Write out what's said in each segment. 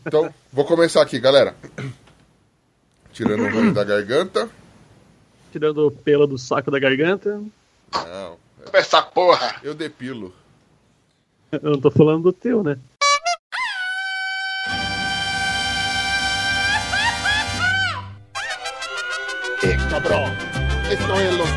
Então, vou começar aqui, galera. Tirando o ranho da garganta. Tirando o pelo do saco da garganta. Não. Essa porra! Eu depilo. Eu não tô falando do teu, né? Cabrón, esto es Los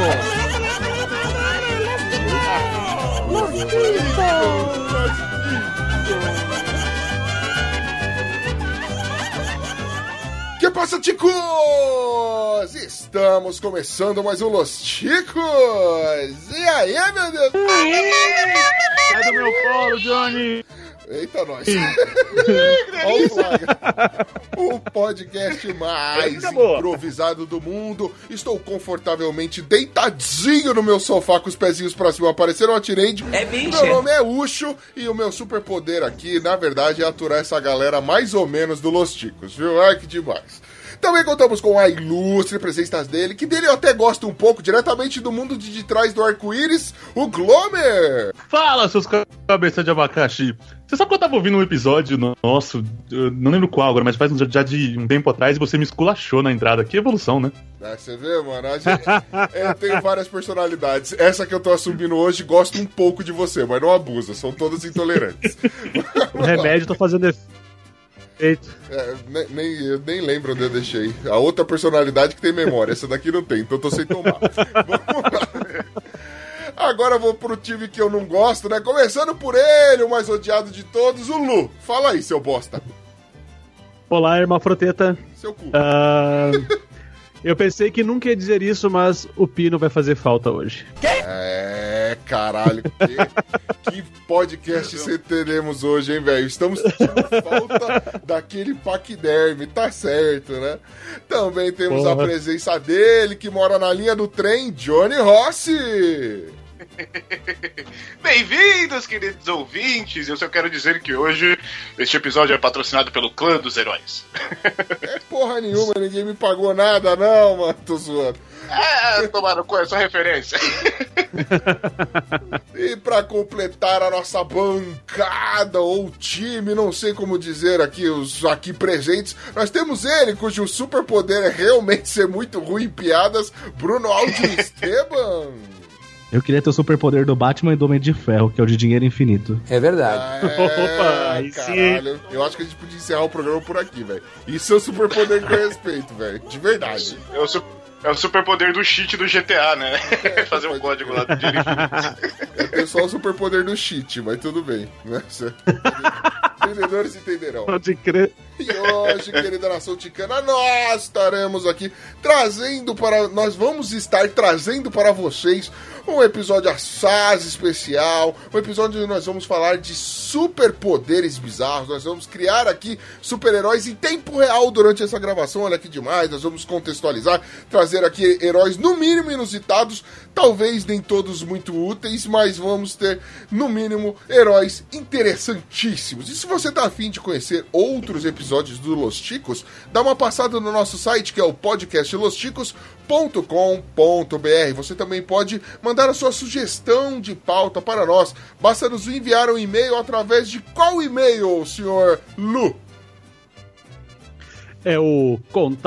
Que passa, ticos? Estamos começando mais um Los Ticos. E aí, meu Deus? Sai do meu colo, Johnny! Eita, nós. Olha o flagra. O podcast mais improvisado do mundo. Estou confortavelmente deitadinho no meu sofá com os pezinhos pra cima. Apareceram a Tirande. Meu nome é Ucho e o meu superpoder aqui, na verdade, é aturar essa galera mais ou menos do Los Ticos, viu? Ai, que demais. Também contamos com a ilustre presença dele, que dele eu até gosto um pouco, diretamente do mundo de trás do arco-íris, o Glomer! Fala, seus cabeças de abacaxi! Você sabe que eu tava ouvindo um episódio nosso, eu não lembro qual agora, mas faz já de um tempo atrás, e você me esculachou na entrada. Que evolução, né? Você vê, mano? Eu tenho várias personalidades. Essa que eu tô assumindo hoje, gosto um pouco de você, mas não abusa, são todas intolerantes. O remédio tá fazendo efeito. Eu nem lembro onde eu deixei. A outra personalidade que tem memória, essa daqui não tem, então eu tô sem tomar. Vamos lá. Agora vou pro time que eu não gosto, né? Começando por ele, o mais odiado de todos, o Lu. Fala aí, seu bosta. Olá, hermafroteta. Seu cu. Eu pensei que nunca ia dizer isso, mas o Pino vai fazer falta hoje. Caralho, que podcast teremos hoje, hein, velho? Estamos sentindo falta daquele paquiderme, tá certo, né? Também temos a presença dele, que mora na linha do trem, Johnny Rossi. Bem-vindos, queridos ouvintes. Eu só quero dizer que hoje este episódio é patrocinado pelo Clã dos Heróis. Porra nenhuma, ninguém me pagou nada, não, mano. Tô zoando. Tomaram com essa referência. E pra completar a nossa bancada ou time, não sei como dizer aqui, os aqui presentes, nós temos ele, cujo superpoder é realmente ser muito ruim em piadas, Bruno Aldi Esteban. Eu queria ter o superpoder do Batman e do Homem de Ferro, que é o de dinheiro infinito. É verdade. Opa, caralho. Eu acho que a gente podia encerrar o programa por aqui, velho. Isso é o superpoder com respeito, velho. De verdade. É o superpoder do cheat do GTA, né? Fazer um código lá do dinheiro infinito. Eu tenho só o superpoder do cheat, mas tudo bem, né? Entendedores entenderão. Pode crer. E hoje, querida nação ticana, nós estaremos aqui nós vamos estar trazendo para vocês um episódio assaz especial, um episódio onde nós vamos falar de superpoderes bizarros, nós vamos criar aqui super-heróis em tempo real durante essa gravação, olha que demais, nós vamos contextualizar, trazer aqui heróis no mínimo inusitados, talvez nem todos muito úteis, mas vamos ter, no mínimo, heróis interessantíssimos. E se você tá afim de conhecer outros episódios do Los Ticos, dá uma passada no nosso site, que é o podcastlosticos.com.br. Você também pode mandar a sua sugestão de pauta para nós. Basta nos enviar um e-mail através de qual e-mail, senhor Lu? É o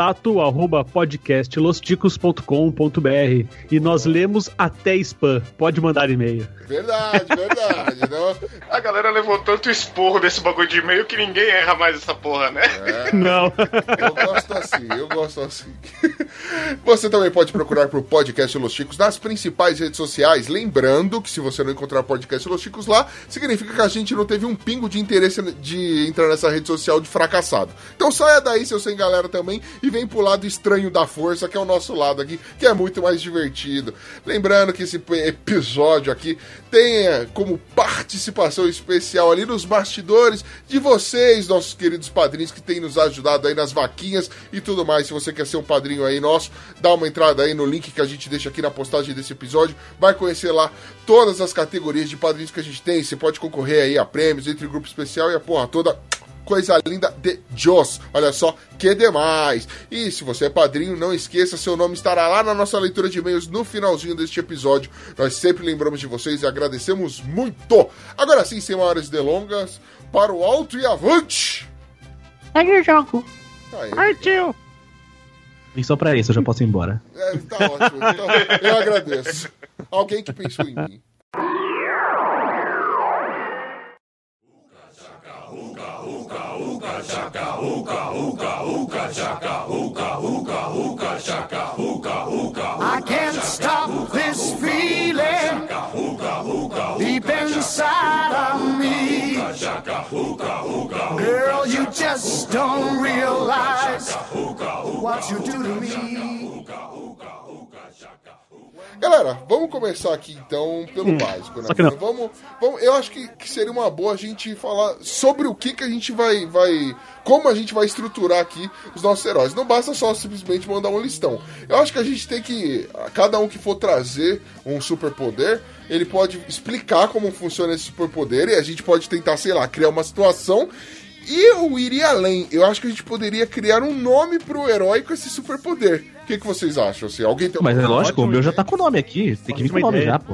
contato@podcastlosticos.com.br e nós lemos até spam. Pode mandar e-mail. Verdade. Não? A galera levou tanto esporro desse bagulho de e-mail que ninguém erra mais essa porra, né? Não. Eu gosto assim. Você também pode procurar por Podcast Los Ticos nas principais redes sociais. Lembrando que se você não encontrar Podcast Los Ticos lá, significa que a gente não teve um pingo de interesse de entrar nessa rede social de fracassado. Então saia daí, seu sem galera, também, e vem pro lado estranho da força, que é o nosso lado aqui, que é muito mais divertido. Lembrando que esse episódio aqui tem como participação especial ali nos bastidores de vocês, nossos queridos padrinhos, que têm nos ajudado aí nas vaquinhas e tudo mais. Se você quer ser um padrinho aí nosso, dá uma entrada aí no link que a gente deixa aqui na postagem desse episódio, vai conhecer lá todas as categorias de padrinhos que a gente tem. Você pode concorrer aí a prêmios, entre grupo especial e a porra toda. Coisa linda de Deus, olha só que demais. E se você é padrinho, não esqueça, seu nome estará lá na nossa leitura de e-mails no finalzinho deste episódio. Nós sempre lembramos de vocês e agradecemos muito. Agora sim, sem maiores delongas, para o alto e avante! Segue o jogo. Aí, Partiu. E só pra isso, eu já posso ir embora. tá ótimo. Então, eu agradeço. Alguém que pensou em mim. I can't stop this feeling deep inside of me. Girl, you just don't realize what you do to me. Galera, vamos começar aqui então pelo básico, né? só que não. Vamos, eu acho que seria uma boa a gente falar sobre o que a gente vai. Como a gente vai estruturar aqui os nossos heróis. Não basta só simplesmente mandar um listão. Eu acho que a gente tem que. Cada um que for trazer um superpoder, ele pode explicar como funciona esse superpoder e a gente pode tentar, sei lá, criar uma situação. E eu iria além. Eu acho que a gente poderia criar um nome pro herói com esse superpoder. O que vocês acham? Assim, alguém tem Mas é uma lógico, o meu já ideia? tá com o nome aqui. Tem que vir com o Ótima nome ideia. já, pô.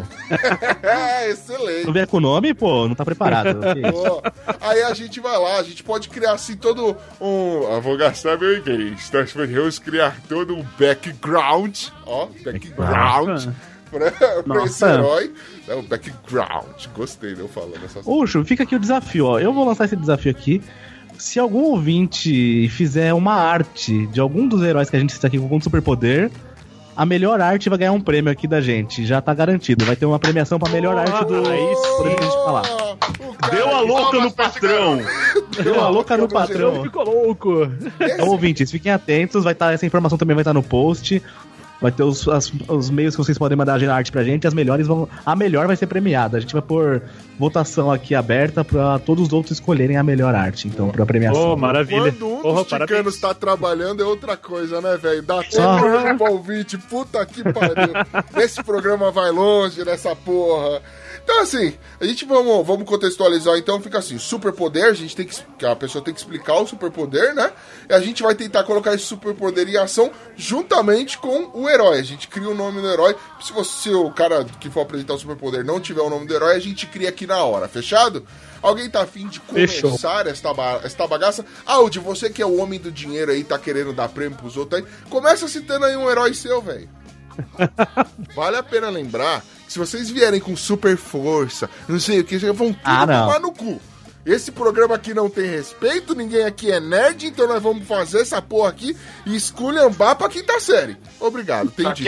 É, excelente. Não vier com o nome, pô, não tá preparado. Que isso? Pô, aí a gente vai lá, a gente pode criar assim todo um. Eu vou gastar meu inglês. Nós podemos criar todo um background. Ó, background. Pra esse Nossa. herói. É o background. Gostei de eu falando essas coisas. Oxo, fica aqui o desafio, ó. Eu vou lançar esse desafio aqui. Se algum ouvinte fizer uma arte de algum dos heróis que a gente cita aqui com algum superpoder, a melhor arte vai ganhar um prêmio aqui da gente. Já tá garantido. Vai ter uma premiação pra melhor arte do poder que a gente falar. Deu a louca no patrão. Deu a louca no patrão. Ficou louco. Então, ouvintes, fiquem atentos. Essa informação também vai estar no post. Vai ter os meios que vocês podem mandar a arte pra gente. A melhor vai ser premiada. A gente vai pôr votação aqui aberta pra todos os outros escolherem a melhor arte. Então, pra premiação. Oh, maravilha. Quando um Porra, dos ticanos tá trabalhando é outra coisa, né, velho? Dá Só- tempo pro ouvinte, puta que pariu. Esse programa vai longe nessa porra. Então, assim, a gente vamos contextualizar, então, fica assim, superpoder, a pessoa tem que explicar o superpoder, né? E a gente vai tentar colocar esse superpoder em ação juntamente com o herói. A gente cria o nome do herói. Se o cara que for apresentar o superpoder não tiver o nome do herói, a gente cria aqui na hora, fechado? Alguém tá afim de começar esta bagaça? Aldi, você que é o homem do dinheiro aí, tá querendo dar prêmio pros outros aí, começa citando aí um herói seu, velho. Vale a pena lembrar que se vocês vierem com super força, não sei o que, vocês vão tudo tomar no cu. Esse programa aqui não tem respeito, ninguém aqui é nerd, então nós vamos fazer essa porra aqui e esculhambar pra quinta série. Obrigado, entendi.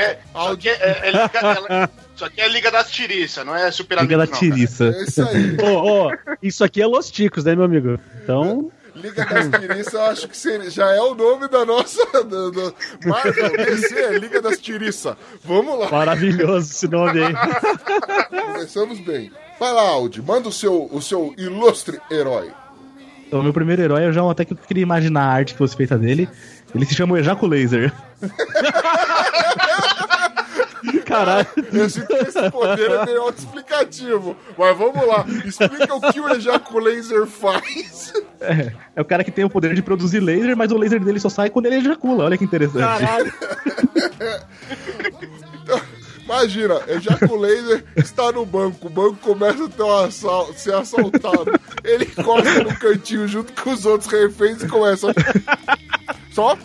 Isso aqui é Liga das Tiriças, não é Super Liga Amigos, da não, cara. Tiriça. É isso aí. Isso aqui é Los Ticos, né, meu amigo? Então, Liga das Tiriças, eu acho que já é o nome da nossa. Marvel, DC, Liga das Tiriças. Vamos lá. maravilhoso esse nome aí. Começamos bem. Vai lá, Aldi, manda o seu ilustre herói. Então, meu primeiro herói, até que eu queria imaginar a arte que fosse feita dele. Ele se chama o Ejaculaser. Caralho. Eu sinto que esse poder é meio autoexplicativo. Mas vamos lá, explica o que o Ejaculaser faz. É o cara que tem o poder de produzir laser, mas o laser dele só sai quando ele ejacula. Olha que interessante. Caralho. Imagina, Ejaculaser está no banco, o banco começa a ter ser assaltado. Ele encosta no cantinho junto com os outros reféns e começa só.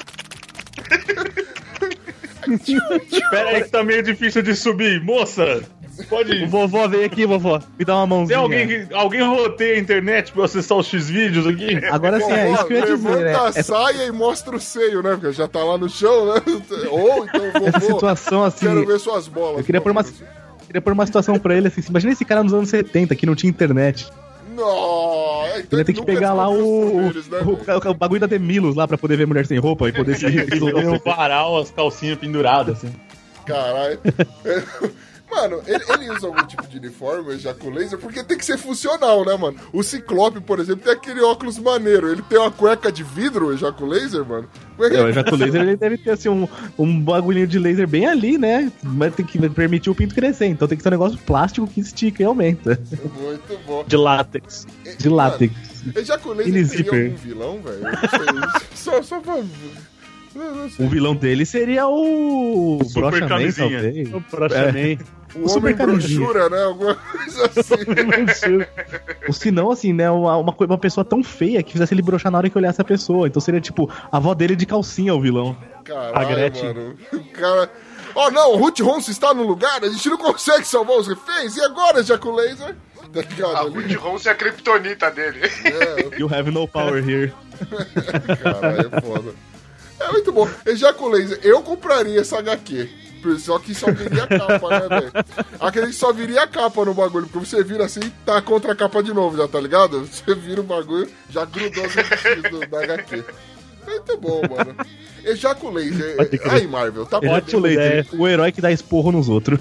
Pera aí que tá meio difícil de subir. Moça, pode ir. Vovó, vem aqui, vovó. Me dá uma Tem mãozinha. alguém roteia a internet pra eu acessar os X-Vídeos aqui? Agora sim, é isso que eu ia dizer, levanta né? a saia e mostra o seio, né? Porque já tá lá no chão, né? Ou então, Essa vovô, situação assim. quero ver suas bolas. Eu queria pôr uma situação pra ele assim. Imagina esse cara nos anos 70 que não tinha internet. Não, então Ele ia ter que nunca pegar lá descobriu os poderes, né, velho? o bagulho da Demilos lá pra poder ver mulher sem roupa e poder se Tem um varal, as calcinhas penduradas, assim. Caralho. Mano, ele usa algum tipo de uniforme, Ejaculaser, porque tem que ser funcional, né, mano? O Ciclope, por exemplo, tem aquele óculos maneiro. Ele tem uma cueca de vidro, o Ejaculaser, mano? O Ejaculaser ele deve ter assim um bagulhinho de laser bem ali, né? Mas tem que permitir o pinto crescer. Então tem que ser um negócio plástico que estica e aumenta. Muito bom. De látex. De látex. Ejaculaser Mini seria zíper. algum vilão, velho? Eu não sei. Só pra... Não sei. O vilão dele seria o Super Brocha Man, camisinha. talvez. O Prochaman. O Super homem Canudinho. brochura, né? Alguma coisa assim. Ou se não, assim, né? Uma pessoa tão feia que fizesse ele broxar na hora que olhasse a pessoa. Então seria tipo a avó dele de calcinha, o vilão. Caralho, A Gretchen. mano. O cara... Oh, não, o Ruth Ronson está no lugar, a gente não consegue salvar os reféns. E agora, Jaco Laser? Tá ligado? A Ruth Ronson é a kriptonita dele. É, You have no power here. caralho, é foda. É muito bom. Jaco Laser, eu compraria essa HQ. Só que só viria a capa, né, velho? Acredito que só viria a capa no bagulho, porque você vira assim e tá contra a capa de novo, já tá ligado? Você vira o bagulho, já grudou os NX da HQ. Muito bom, mano. Jaco Laser. Aí, Marvel, tá bom. Jaco Laser, o herói que dá esporro nos outros.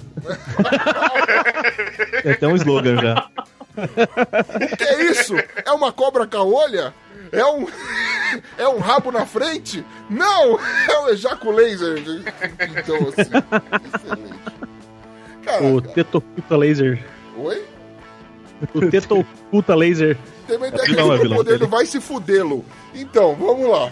É até um slogan já. O que é isso? É uma cobra caolha? É um rabo na frente? Não! É o Jaco Laser. Então, assim, excelente. Caraca. O Tetoputa Laser. Oi? O Tetoputa Laser. Tem uma ideia que Vilão, é o vilão poder dele. não vai se fudê-lo. Então, vamos lá.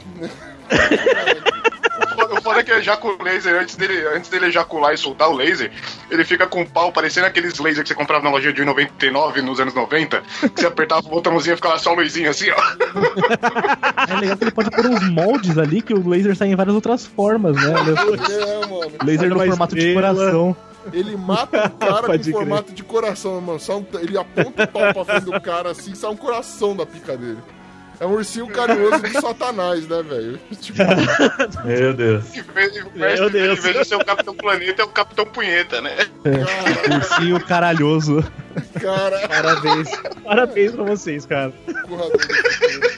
O foda é que o Jaco Laser, antes dele ejacular e soltar o laser, ele fica com o pau parecendo aqueles lasers que você comprava na loja de 99 nos anos 90, que você apertava o botãozinho e ficava só a luzinha assim, ó. É legal que ele pode pôr uns moldes ali que o laser sai em várias outras formas, né? É, mano. Laser no Uma formato de estrela. coração. Ele mata o cara com Pode crer. formato de coração, mano. Ele aponta o pau pra frente do cara assim, sai um coração da pica dele. É um ursinho carinhoso de Satanás, né, velho? Tipo, Meu Deus. Em vez Meu Deus. de ser o Capitão Planeta, é o Capitão Punheta, né? Ursinho caralhoso. cara, Parabéns. Parabéns pra vocês, cara. currador do futuro.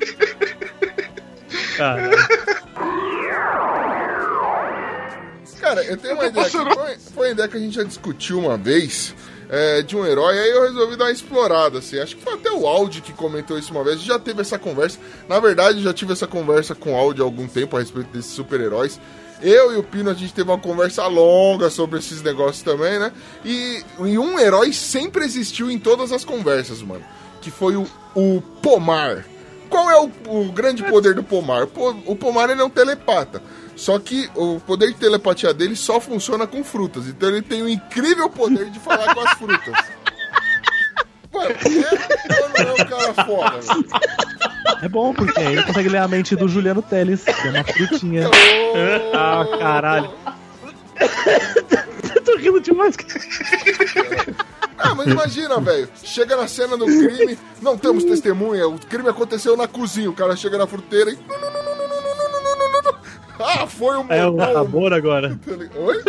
Caralho. Cara, eu tenho uma ideia aqui, foi uma ideia que a gente já discutiu uma vez, de um herói, aí eu resolvi dar uma explorada, assim. Acho que foi até o Audi que comentou isso uma vez, a gente já teve essa conversa. Na verdade, eu já tive essa conversa com o Audi há algum tempo a respeito desses super-heróis. Eu e o Pino, a gente teve uma conversa longa sobre esses negócios também, né? E um herói sempre existiu em todas as conversas, mano, que foi o Pomar. Qual é o grande poder do Pomar? O Pomar, ele é um telepata. Só que o poder de telepatia dele só funciona com frutas. Então ele tem o incrível poder de falar com as frutas. Mano, não é um cara foda, velho. É bom, porque aí ele consegue ler a mente do Juliano Teles, que é uma frutinha. Ah, caralho. Tô rindo demais. Ah, mas imagina, velho. Chega na cena do crime, não temos testemunha. O crime aconteceu na cozinha. O cara chega na fruteira e... Ah, foi um É o amor agora. Oi?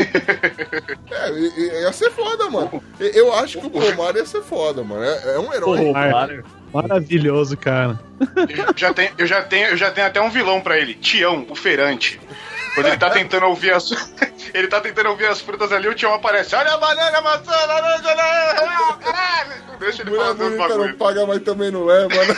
Ia ser foda, mano. Eu acho que o Pomar ia ser foda, mano. É um herói. Maravilhoso, cara. Eu já tenho até um vilão pra ele, Tião, o feirante. Quando ele tá tentando ouvir as... ele tá tentando ouvir as frutas ali, o Tião aparece. Olha a banana, a maçã, a laranja, caralho! Deixa ele Mulher fazer os bonita não bagulho. paga, mas também não é, mano.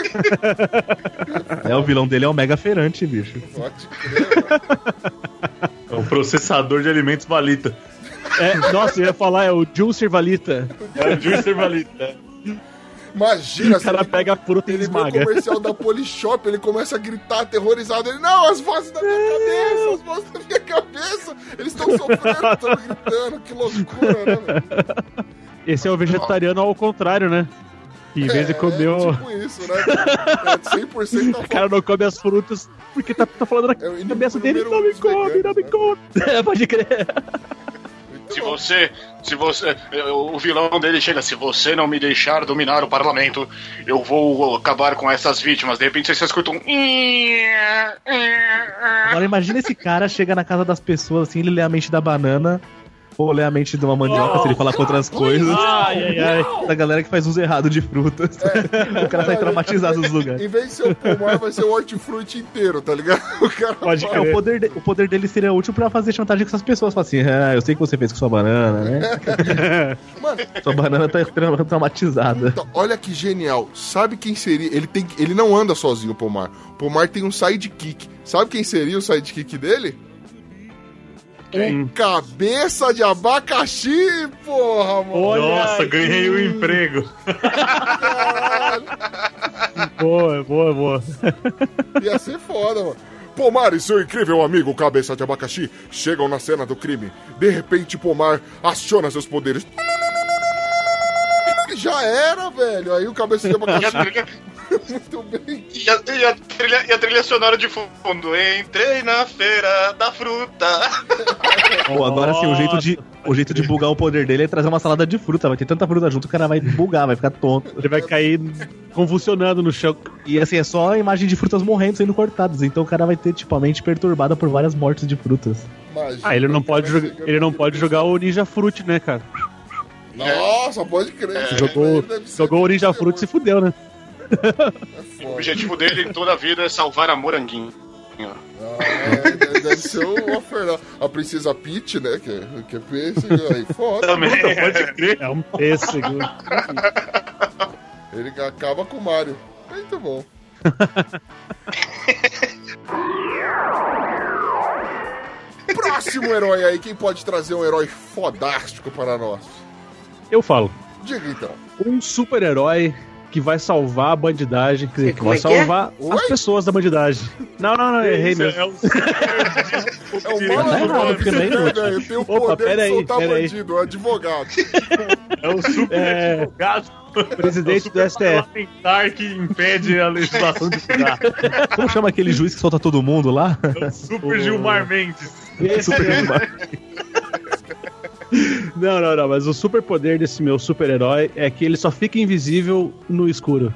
O vilão dele é o Mega Feirante, bicho. Pode crer, mano. É o processador de alimentos Valita. Nossa, eu ia falar, é o Juicer Valita. É o Juicer Valita. Imagina, O cara pega a fruta e ele vê o esmaga. comercial da Polishop, ele começa a gritar aterrorizado. Ele, não, as vozes da minha cabeça, as vozes da minha cabeça. Eles estão sofrendo, estão gritando, que loucura, né, velho? Esse é o vegetariano ao contrário, né? Que em vez de comer o... tipo isso, né? É 100% O cara não come as frutas porque tá falando na É o inimigo cabeça dele, número não um me dos come, veganos, não me né? come. Pode crer. Se você, o vilão dele chega, se você não me deixar dominar o parlamento, eu vou acabar com essas vítimas. De repente vocês escutam Agora imagina esse cara chega na casa das pessoas assim, ele lê a mente da banana, ou lê a mente de uma mandioca, se ele falar com outras coisas. Ai, ai, ai. Da galera que faz uso errado de frutas. O cara sai traumatizado nos lugares. Em vez de ser o pomar, vai ser o hortifruti inteiro, tá ligado? O cara Pode fala, crer. O poder dele seria útil pra fazer chantagem com essas pessoas. Falar assim, eu sei que você fez com sua banana, né? Mano, Sua banana tá traumatizada. então, olha que genial. Sabe quem seria? Ele não anda sozinho, o Pomar. O Pomar tem um sidekick. Sabe quem seria o sidekick dele? Quem? Um cabeça de abacaxi, porra, mano. Olha Nossa, aí. ganhei um emprego. Caralho. Boa, boa, boa. Ia ser foda, mano. Pomar e seu incrível amigo Cabeça de Abacaxi chegam na cena do crime. De repente, Pomar aciona seus poderes. Já era, velho. Aí o Cabeça de Abacaxi... Muito bem. E a trilha sonora de fundo. Entrei na feira da fruta. Oh, agora sim, o jeito de bugar o poder dele é trazer uma salada de fruta. Vai ter tanta fruta junto que o cara vai bugar, vai ficar tonto. Ele vai cair convulsionando no chão. E assim, é só a imagem de frutas morrendo, sendo cortadas. Então o cara vai ter, tipo, a mente perturbada por várias mortes de frutas. Imagina, Ele não pode jogar o Ninja Fruit, né, cara? Nossa, pode crer. Jogou o Ninja Fruit e se fudeu, né? O objetivo dele em toda a vida é salvar a Moranguinho. Deve ser uma Fernanda. A Princesa Peach, né? Que é pêssego. Aí, foda. Também. Pode crer. É um pêssego. Ele acaba com o Mario. Muito bom. Próximo herói aí. Quem pode trazer um herói fodástico para nós? Eu falo. Diga então. Um super-herói que vai salvar a bandidagem, quer dizer, que Como vai é que é? salvar as pessoas da bandidagem. Não, errei mesmo. É o mano porque nem eu tenho o poder de soltar pera aí. bandido, o advogado. É o super advogado. Presidente do STF. Parlamentar que impede a legislação de cigarro. Como chama aquele juiz que solta todo mundo lá? É o super Gilmar Mendes. Não, mas o superpoder desse meu super-herói é que ele só fica invisível no escuro.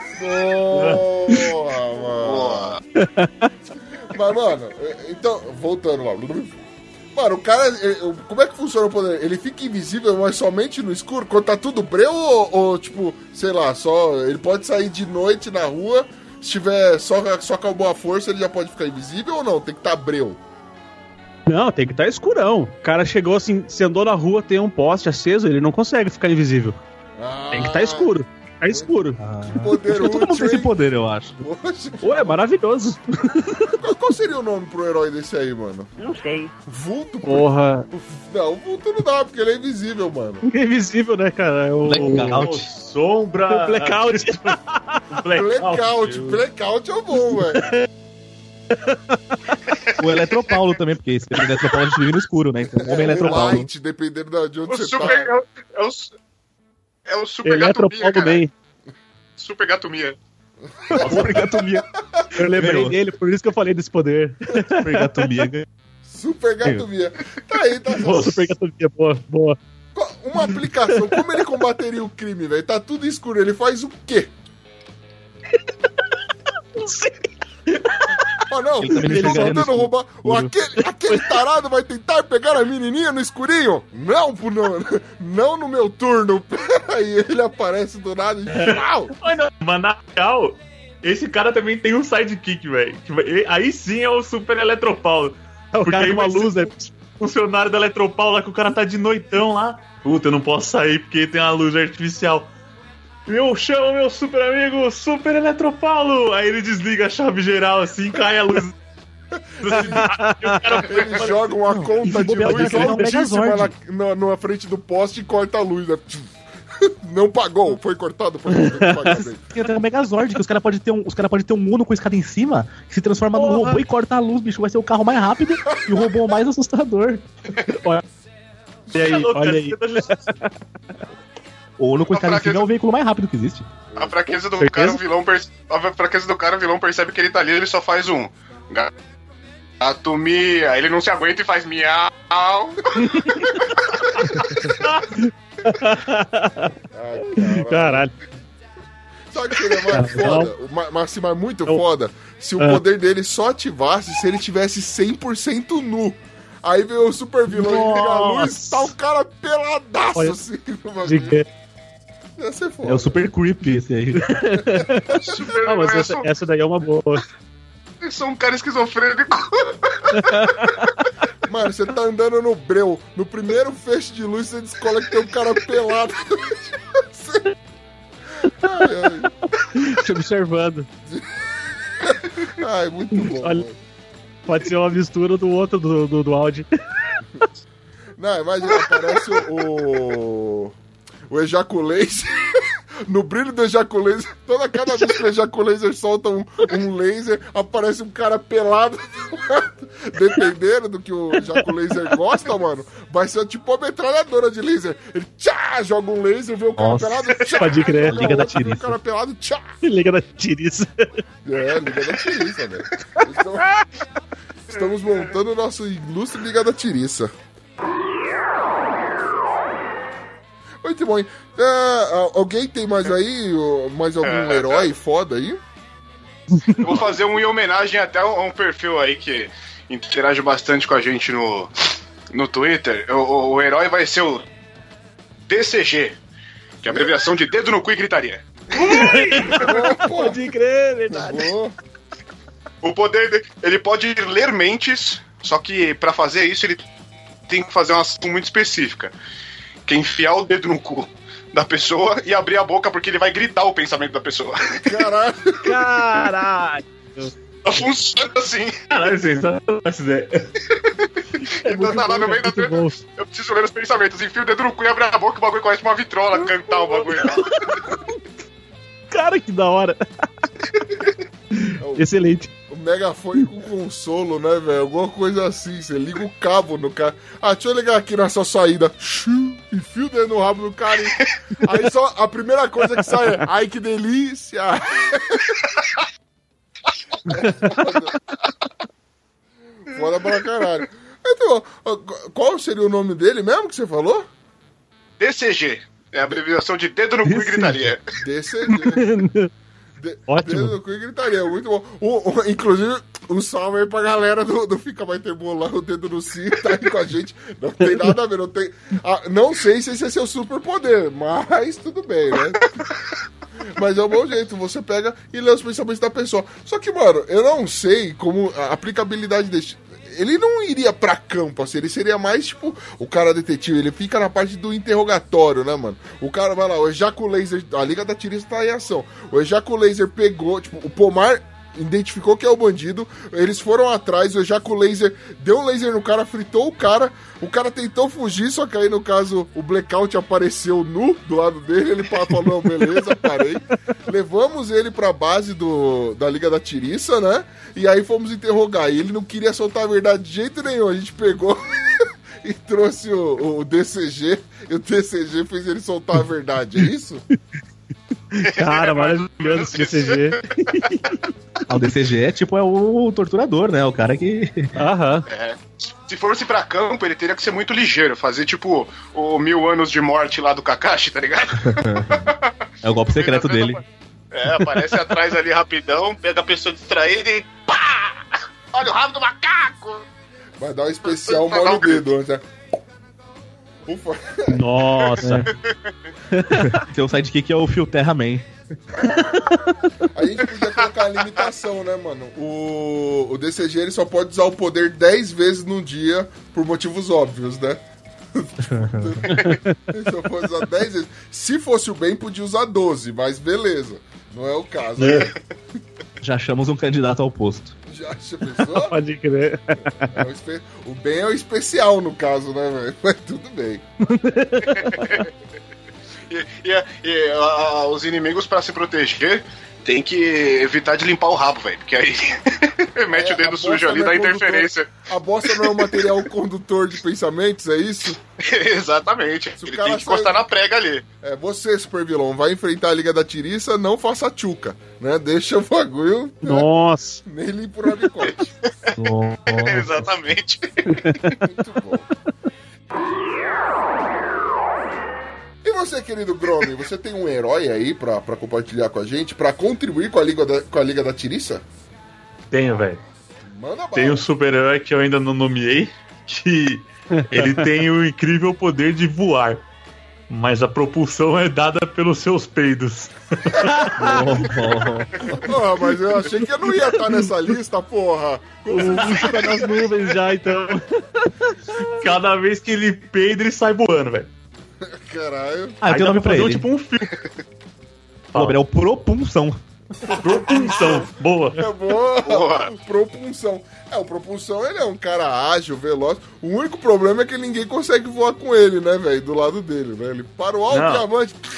Porra, mano. Mas, mano, então, voltando lá. Mano, o cara, como é que funciona o poder? Ele fica invisível, mas somente no escuro? Quando tá tudo breu ou tipo, sei lá, só... Ele pode sair de noite na rua, se tiver só com a boa força, ele já pode ficar invisível ou não? Tem que estar breu. Não, tem que estar escurão. O cara chegou assim, se andou na rua, tem um poste aceso, ele não consegue ficar invisível. Tem que estar escuro. Tá escuro. Que poder Todo mundo tem esse poder, eu acho. Poxa, Ué, é maravilhoso. qual seria o nome pro herói desse aí, mano? Não sei. Vulto? Porra. Não, o Vulto não dá, porque ele é invisível, mano. É invisível, né, cara? Blackout. Sombra. Blackout. Blackout é bom, velho. O Eletropaulo também, porque esse Eletropaulo a gente vive no escuro, né? Então, homem Eletropaulo. Light, dependendo de onde O você super. tá. É o Super Gato Mia, Eletropaulo cara. bem. Super Gato Mia. Super Gato Mia. Eu lembrei Ganhou. dele, por isso que eu falei desse poder. Super Gato Mia. Super Gato Mia. Tá aí, tá Boa, Super Gato Mia, boa. Uma aplicação, como ele combateria o crime, velho? Tá tudo escuro, ele faz o quê? Não sei. Oh, não, Ele também eles estão pegaria no tentando roubar. Aquele tarado vai tentar pegar a menininha no escurinho? Não no meu turno. Aí ele aparece do nada e pau! Mas na real, esse cara também tem um sidekick, velho. Aí sim é o super Eletropaulo. É o cara aí com uma vai ser luz, né? funcionário da Eletropaulo lá que o cara tá de noitão lá. Puta, eu não posso sair porque tem uma luz artificial. Eu chamo meu super amigo, Super Eletropaulo! Aí ele desliga a chave geral assim, cai a luz. Ele joga uma conta de luz altíssima na frente do poste e corta a luz, né? Não pagou, foi cortado por pagamento. Tem o Megazord, que os caras podem ter um Uno com escada em cima, que se transforma num robô e corta a luz, bicho. Vai ser o carro mais rápido e o robô mais assustador. Olha aí. O Uno com escada em cima é o veículo mais rápido que existe. A fraqueza do Certeza? cara, o vilão percebe que ele tá ali, ele só faz um. Gato Mia. Ele não se aguenta e faz miau. Ai, Caralho. Sabe o que seria mais foda? Mas muito foda. Se o poder dele só ativasse se ele tivesse 100% nu. Aí veio o super vilão e liga a luz, tá o cara peladaço assim no bagulho. Ia ser foda. É o super creepy esse aí. Ah, mas essa daí é uma boa. Eu sou um cara esquizofrênico. Mano, você tá andando no breu, no primeiro feixe de luz você descola que tem um cara pelado. Te observando. Ai, muito bom. Olha. Mano. Pode ser uma mistura do outro do áudio. Não, imagina, aparece o Ejaculate. no brilho do Ejaculaser, cada vez que o Ejaculaser solta um laser, aparece um cara pelado do lado. Dependendo do que o Ejaculaser gosta, mano, vai ser tipo uma metralhadora de laser. Ele joga um laser, vê o cara pelado, pode crer, Liga da vê o Tiriça. cara pelado, Liga da Tiriça. É, Liga da Tiriça, velho. Estamos montando o nosso ilustre Liga da Tiriça. Muito bom, hein? Alguém tem mais aí? Mais algum herói foda aí? Eu vou fazer um em homenagem até a um perfil aí que interage bastante com a gente no Twitter. O herói vai ser o DCG, que é a abreviação de Dedo no Cu e Gritaria. Pode crer, verdade. O poder dele, ele pode ler mentes, só que pra fazer isso ele tem que fazer uma ação muito específica, que é enfiar o dedo no cu da pessoa e abrir a boca porque ele vai gritar o pensamento da pessoa. Caralho. Funciona assim. Caralho, sensacional essa ideia. Então tá lá no meio da treta. Eu preciso ler os pensamentos. Enfio o dedo no cu e abre a boca, o bagulho começa uma vitrola, cantar o bagulho. Cara, que da hora. Excelente. O megafone com consolo, né, velho? Alguma coisa assim. Você liga o cabo no cara. Deixa eu ligar aqui nessa saída. Enfia o dedo no rabo do cara. Aí só a primeira coisa que sai é: ai, que delícia! Foda pra caralho. Então, qual seria o nome dele mesmo que você falou? DCG. É a abreviação de Dedo no Cu e Gritaria. DCG. Ótimo. Dedo no cu e gritaria, muito bom. Inclusive, um salve aí pra galera do Fica Vai Ter Bola, o Dedo no Si, tá aí com a gente. Não tem nada a ver, não tem. Não sei se esse é seu superpoder, mas tudo bem, né? Mas é um bom jeito, você pega e lê os pensamentos da pessoa. Só que, mano, eu não sei como a aplicabilidade desse. Ele não iria pra campo, assim, ele seria mais, tipo, o cara detetive, ele fica na parte do interrogatório, né, mano? O cara vai lá, o Ejaculaser, a Liga da Tiriça tá em ação. O Ejaculaser pegou, tipo, o Pomar identificou que é o bandido, eles foram atrás, o Ejaculaser deu um laser no cara, fritou o cara tentou fugir, só que aí, no caso, o Blackout apareceu nu do lado dele, ele falou, não, beleza, parei. Levamos ele pra base da Liga da Tiriça, né? E aí fomos interrogar, e ele não queria soltar a verdade de jeito nenhum, a gente pegou e trouxe o DCG, e o DCG fez ele soltar a verdade, é isso? Cara, maravilhoso esse DCG. O DCG é tipo o torturador, né? O cara que... Aham. Se fosse pra campo, ele teria que ser muito ligeiro, fazer tipo o 1000 anos de morte lá do Kakashi, tá ligado? É o golpe secreto dele. Aparece atrás ali rapidão, pega a pessoa distraída e pá! Olha o rabo do macaco! Vai dar um especial molha o dedo, né? Ufa. Nossa. Seu sidekick é o Phil Terra Man. A gente podia colocar a limitação, né, mano? O DCG ele só pode usar o poder 10 vezes no dia por motivos óbvios, né? Ele só pode usar 10 vezes. Se fosse o bem, podia usar 12, mas beleza. Não é o caso. Né? Já achamos um candidato ao posto. Já pensou? Pode crer. O bem é o especial, no caso, né, velho? Mas tudo bem. Os inimigos, pra se proteger, tem que evitar de limpar o rabo, velho. Porque aí mete o dedo sujo ali, dá interferência. A bosta não é um material condutor de pensamentos, é isso? Exatamente. Ele tem que encostar na prega ali. Você, super vilão, vai enfrentar a Liga da Tiriça, não faça tchuca, né? Deixa o bagulho. Nossa. Nem limpa o rabicote. Exatamente. Muito bom. E você, querido Gromi, você tem um herói aí pra compartilhar com a gente, pra contribuir com a Liga da Tiriça? Tenho, velho. Manda bala. Tem um super-herói que eu ainda não nomeei, que ele tem o incrível poder de voar, mas a propulsão é dada pelos seus peidos. Mas eu achei que eu não ia estar nessa lista, porra. O bicho tá nas nuvens já, então. Cada vez que ele peida, ele sai voando, velho. Caralho. Eu tenho nome pra ele. Tipo um filme. É o Propulsão. Propulsão, boa. É boa. Propulsão. O Propulsão, ele é um cara ágil, veloz. O único problema é que ninguém consegue voar com ele, né, velho? Do lado dele, né? Ele para o alto diamante,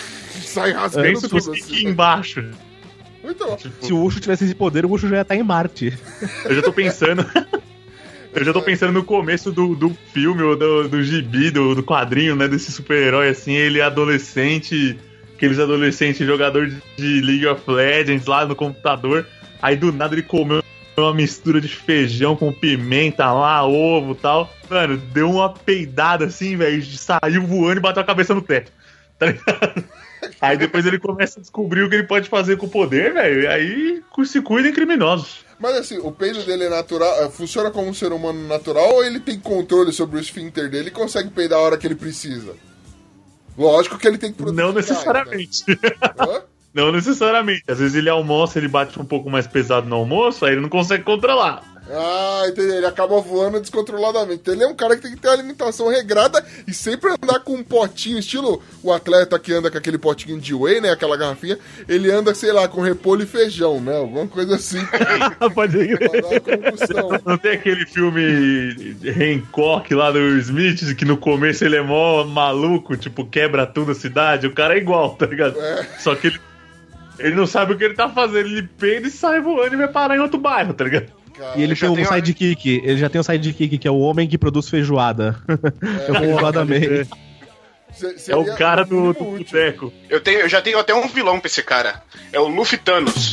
Sai rasgando Pensa tudo tudo assim. aqui embaixo. Muito bom. Se o Ucho tivesse esse poder, o Ucho já ia estar em Marte. Eu já tô pensando. Eu já tô pensando no começo do filme, ou do gibi, do quadrinho, né? Desse super-herói, assim, ele é adolescente, aqueles adolescentes jogador de League of Legends lá no computador. Aí do nada ele comeu uma mistura de feijão com pimenta lá, ovo e tal. Mano, deu uma peidada assim, velho, saiu voando e bateu a cabeça no teto. Tá ligado? Aí depois ele começa a descobrir o que ele pode fazer com o poder, velho. E aí se cuidem criminosos. Mas assim, o peido dele é natural, funciona como um ser humano natural ou ele tem controle sobre o esfíncter dele e consegue peidar a hora que ele precisa? Lógico que ele tem que proteger. Não necessariamente. Hã? Não necessariamente. Às vezes ele almoça, ele bate um pouco mais pesado no almoço, aí ele não consegue controlar. Ah, entendi. Ele acaba voando descontroladamente. Então ele é um cara que tem que ter uma alimentação regrada e sempre andar com um potinho, estilo o atleta que anda com aquele potinho de whey, né? Aquela garrafinha. Ele anda, sei lá, com repolho e feijão, né? Alguma coisa assim. Pode ir. Pra dar uma combustão. Não tem aquele filme Hancock lá do Will Smith, que no começo ele é mó maluco, tipo, quebra tudo a cidade. O cara é igual, tá ligado? Só que ele não sabe o que ele tá fazendo. Ele peida e sai voando e vai parar em outro bairro, tá ligado? E ele tem um sidekick. Ele já tem um sidekick, que é o homem que produz feijoada. É o Feijoada Man. É o cara do boteco. Eu já tenho até um vilão pra esse cara. É o Luffy Thanos.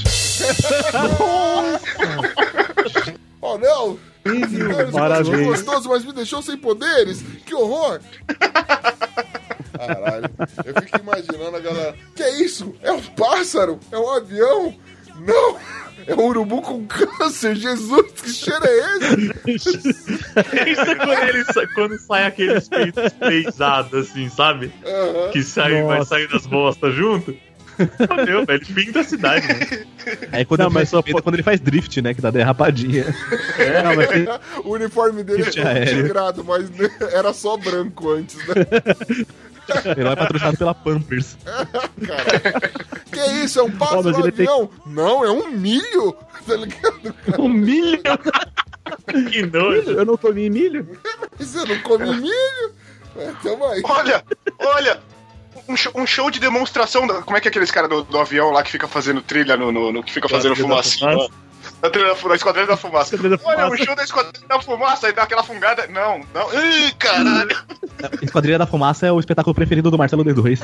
Oh, não! Parabéns. Gostoso, mas me deixou sem poderes? Que horror! Caralho, eu fico imaginando a galera. Que é isso? É um pássaro? É um avião? Não! É um urubu com câncer! Jesus, que cheiro é esse? Isso é quando sai aqueles peitos peisados, assim, sabe? Aham. Que vai sair das bostas junto. Meu, velho, ele pinta a cidade, né? Aí quando ele faz drift, né? Que dá derrapadinha. O uniforme dele Drift é aéreo. tigrado, mas era só branco antes, né? Ele é patrocinado pela Pampers. Cara, que isso? É um pássaro mas ele tem- avião? Não, é um milho! Tá ligado? Um milho? Que nojo. Eu não comi milho? Você não come milho? Tamo aí. Olha! Um show de demonstração. Como é que é aqueles caras do avião lá que fica fazendo trilha no que fica fazendo fumacinha? Na Esquadrilha da Fumaça. Olha, o show da Esquadrilha da Fumaça, aí dá aquela fungada. Não. Ih, caralho. Esquadrilha da Fumaça é o espetáculo preferido do Marcelo D2.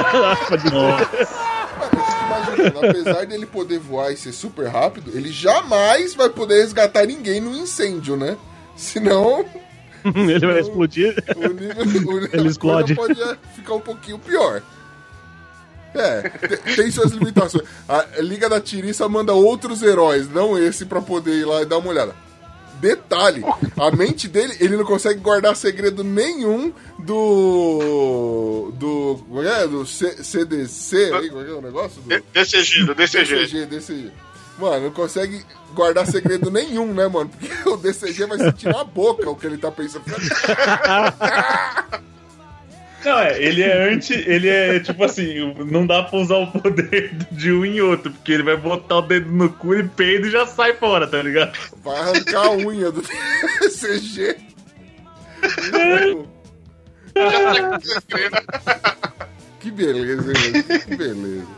Imagina, apesar dele poder voar e ser super rápido, ele jamais vai poder resgatar ninguém no incêndio, né? Senão Ele vai explodir. ele explode. pode ficar um pouquinho pior. Tem suas limitações. A Liga da Tiriça manda outros heróis, não esse, pra poder ir lá e dar uma olhada. Detalhe, a mente dele, ele não consegue guardar segredo nenhum do CDC, aí, como é que é o negócio? DCG. Mano, não consegue guardar segredo nenhum, né, mano? Porque o DCG vai sentir na boca o que ele tá pensando. Não, ele é tipo assim, não dá pra usar o poder de um em outro, porque ele vai botar o dedo no cu e peida e já sai fora, tá ligado? Vai arrancar a unha do DCG. Que beleza, hein, mano? Que beleza.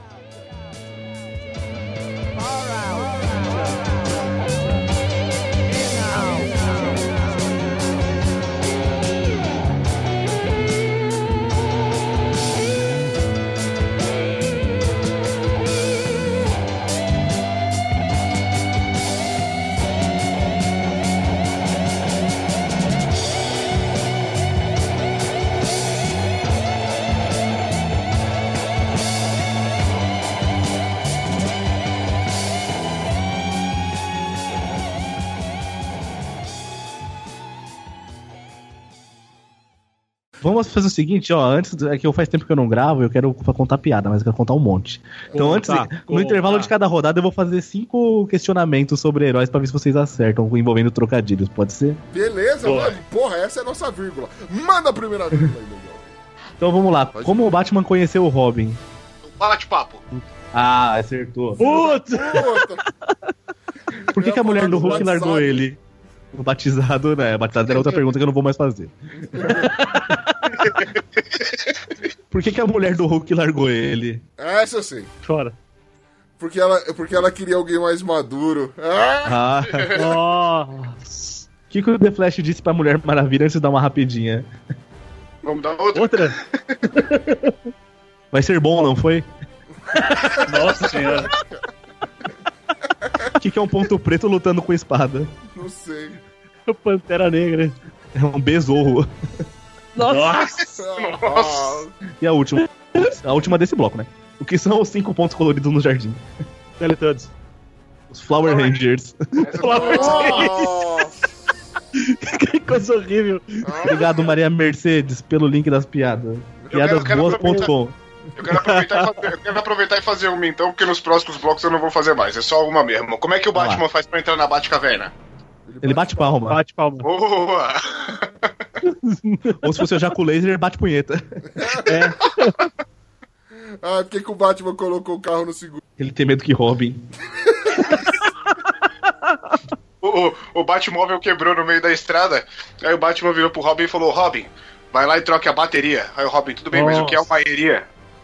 Vamos fazer o seguinte, ó. Antes, é que faz tempo que eu não gravo, eu quero contar piada, mas eu quero contar um monte. Então, no intervalo de cada rodada, eu vou fazer 5 questionamentos sobre heróis pra ver se vocês acertam, envolvendo trocadilhos, pode ser? Beleza, mano. Porra, essa é a nossa vírgula. Manda a primeira vírgula aí, legal. Então vamos lá. Como o Batman conheceu o Robin? Bate-papo. Ah, acertou. Putz! Por que a mulher do Hulk largou ele? O batizado, né? Batizado era outra pergunta que eu não vou mais fazer. Por que a mulher do Hulk largou ele? Essa eu sei. Chora. Porque ela queria alguém mais maduro. Ah. Nossa. O que o The Flash disse pra Mulher Maravilha antes de dar uma rapidinha? Vamos dar outra. Outra? Vai ser bom, não foi? Nossa senhora. O que é um ponto preto lutando com espada? Não sei. Pantera Negra. É um besouro. Nossa. Nossa. E a última? A última desse bloco, né? O que são os 5 pontos coloridos no jardim? Teletubbies. Os Flower Rangers. Nossa. Que coisa horrível. Obrigado, Maria Mercedes, pelo link das piadas. Piadasboas.com. Eu quero aproveitar e fazer uma então, porque nos próximos blocos eu não vou fazer mais. É só uma mesmo. Como é que o Batman faz pra entrar na Batcaverna? Ele bate palma. Bate palma. Boa! Ou se fosse o Jaco Laser, ele bate punheta. Ah, por que o Batman colocou o carro no seguro? Ele tem medo que roubem. O Batmóvel quebrou no meio da estrada. Aí o Batman virou pro Robin e falou: Robin, vai lá e troque a bateria. Aí o Robin, tudo bem, mas o que é uma heria?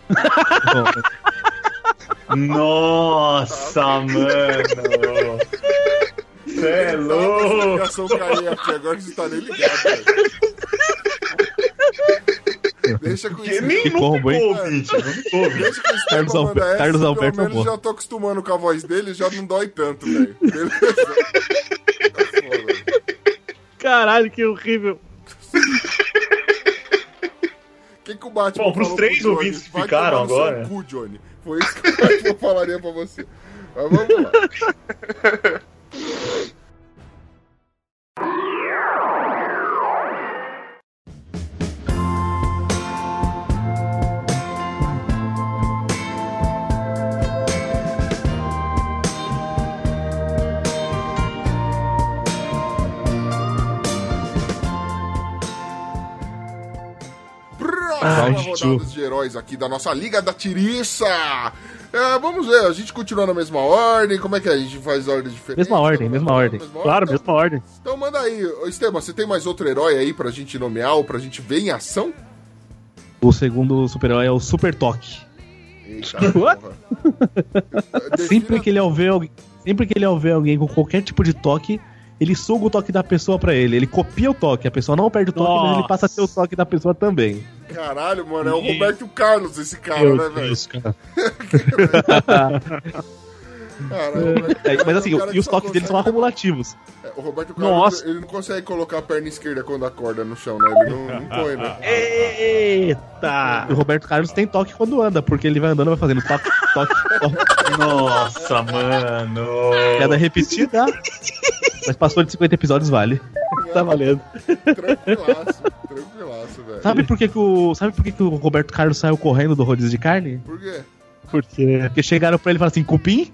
Nossa, mano. Cê é louco. A ligação caiu aqui, agora que você tá nem ligado, velho. Deixa com isso. Nem nunca combo, hein? ouvinte. Deixa com isso. Carlos Pelo Alberto menos amor. já tô acostumando com a voz dele, já não dói tanto, velho. Beleza? Tá foda. Caralho, que horrível. O que o Batman Bom, pros falou 3 pro Johnny? ouvintes que Vai ficaram tomar no seu agora. cu, Johnny. Foi isso que o Batman falaria pra você. Mas vamos lá. Próxima rodada de heróis aqui da nossa Liga da Tiriça. Vamos ver, a gente continua na mesma ordem. Como é que é? A gente faz ordem diferente? Mesma ordem. Claro, mesma ordem. Então manda aí. Ô, Esteban, você tem mais outro herói aí pra gente nomear ou pra gente ver em ação? O segundo super-herói é o Super Toque. Eita, What? porra. Sempre que ele ao ver alguém com qualquer tipo de toque, ele suga o toque da pessoa pra ele. Ele copia o toque. A pessoa não perde o toque, mas ele passa a ter o toque da pessoa também. Caralho, mano, é o Roberto Carlos esse cara, Meu né, velho? Deus, cara. Caralho, Mas assim, é um cara que e os só toques dele são consegue- acumulativos. O Roberto Carlos, Nossa. ele não consegue colocar a perna esquerda quando acorda no chão, né? Ele não põe, né? Eita! E o Roberto Carlos tem toque quando anda, porque ele vai andando e vai fazendo toque, toque, toque. Nossa, mano. Piada repetida. Mas passou de 50 episódios, vale. Tá valendo. Tranquilaço, velho. Sabe por que o Roberto Carlos saiu correndo do rodízio de carne? Por quê? Por quê? Porque chegaram pra ele e falaram assim, cupim?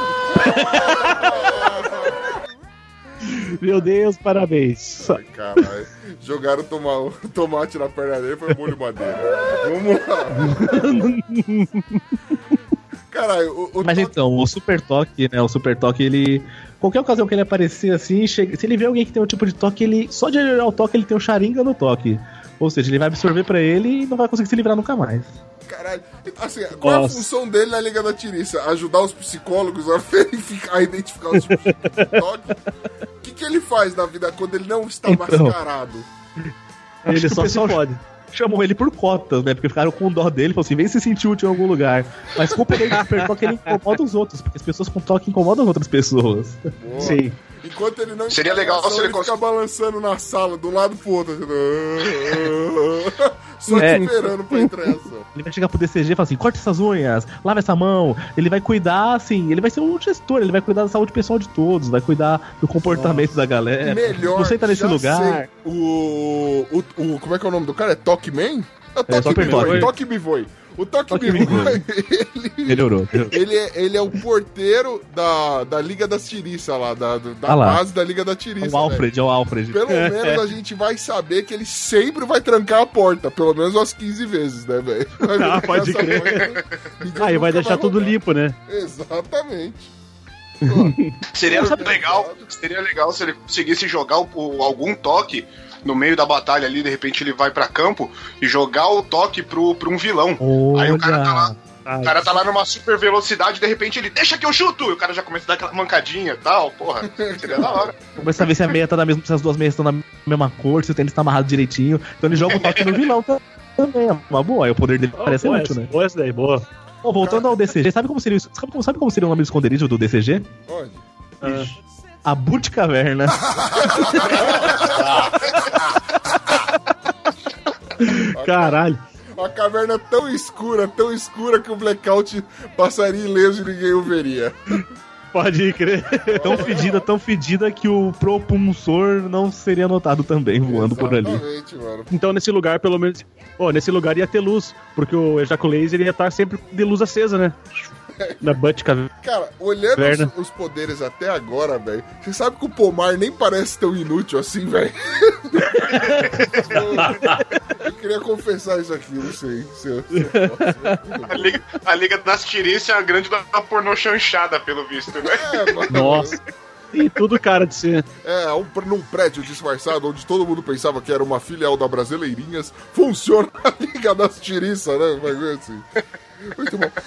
Meu Deus, parabéns. Ai, caralho. Jogaram tomate na perna dele e foi molho madeira. Vamos lá. Caralho, Mas então, o Super Toque, né? O Super Toque, ele... Qualquer ocasião que ele aparecer assim, se ele vê alguém que tem um tipo de toque, ele... Só de olhar o toque, ele tem um Sharingan no toque. Ou seja, ele vai absorver pra ele e não vai conseguir se livrar nunca mais. Caralho. Assim, qual é a Nossa. função dele na Liga da Tiriça? Ajudar os psicólogos a verificar, a identificar os tipos de toque? O que ele faz na vida quando ele não está Então. mascarado? Acho Ele que o só se pessoal pode. chamou ele por cotas, né? Porque ficaram com dó dele, falaram assim, vem se sentir útil em algum lugar. Mas com o poder do Super Toque, ele incomoda os outros, porque as pessoas com toque incomodam as outras pessoas. Boa. Sim. Enquanto ele não Seria está em legal ação, se ele ele fica balançando na sala, de um lado pro outro. Assim, só É. esperando pra entrar em ação. Ele vai chegar pro DCG e falar assim, corta essas unhas, lava essa mão. Ele vai cuidar, assim, ele vai ser um gestor, ele vai cuidar da saúde pessoal de todos, vai cuidar do comportamento da galera. Melhor. Você tá nesse já lugar... sei. Como é que é o nome do cara? É Toque Man? É Super Toque Toque. Toque Me Voe. O Toque Toque Me Me Voe, Melhorou. ele é o porteiro da Liga das Tiriça lá, da Ah lá. base da Liga da Tiriça. É o Alfred, é o Alfred. Pelo menos a gente vai saber que ele sempre vai trancar a porta, pelo menos umas 15 vezes, né, velho? Ah, pode crer. Aí vai deixar tudo limpo, né? Exatamente. Seria legal se ele conseguisse jogar algum toque no meio da batalha ali, de repente ele vai pra campo e jogar o toque pra um vilão. Aí o cara tá lá. O cara tá lá numa super velocidade, de repente ele deixa que eu chuto! E o cara já começa a dar aquela mancadinha e tal, porra. Seria da hora. Começa a ver se a meia tá na mesma, se as duas meias estão na mesma cor, se o tênis tá amarrado direitinho. Então ele joga o toque no vilão também. É uma boa, aí o poder dele parece útil, né? Boa essa daí, boa. Bom, voltando ao DCG, sabe como seria o nome do esconderijo do DCG? Onde? A Butcaverna. Caralho. Uma caverna tão escura que o Blackout passaria ileso e ninguém o veria. Pode crer. Tão fedida que o propulsor não seria notado também voando por ali. Exatamente, mano. Então nesse lugar, pelo menos... nesse lugar ia ter luz, porque o Ejaculaser ia estar sempre de luz acesa, né? Na Butcaverna. Cara, olhando os poderes até agora, velho, você sabe que o Pomar nem parece tão inútil assim, velho. Eu queria confessar isso aqui, não sei. A Liga das Tirices é a grande da pornô chanchada, pelo visto, né? Mano. Nossa. E tudo cara de ser. Num prédio disfarçado, onde todo mundo pensava que era uma filial da Brasileirinhas, funciona a Liga das Tiriças, né? Vai ver assim. Muito bom.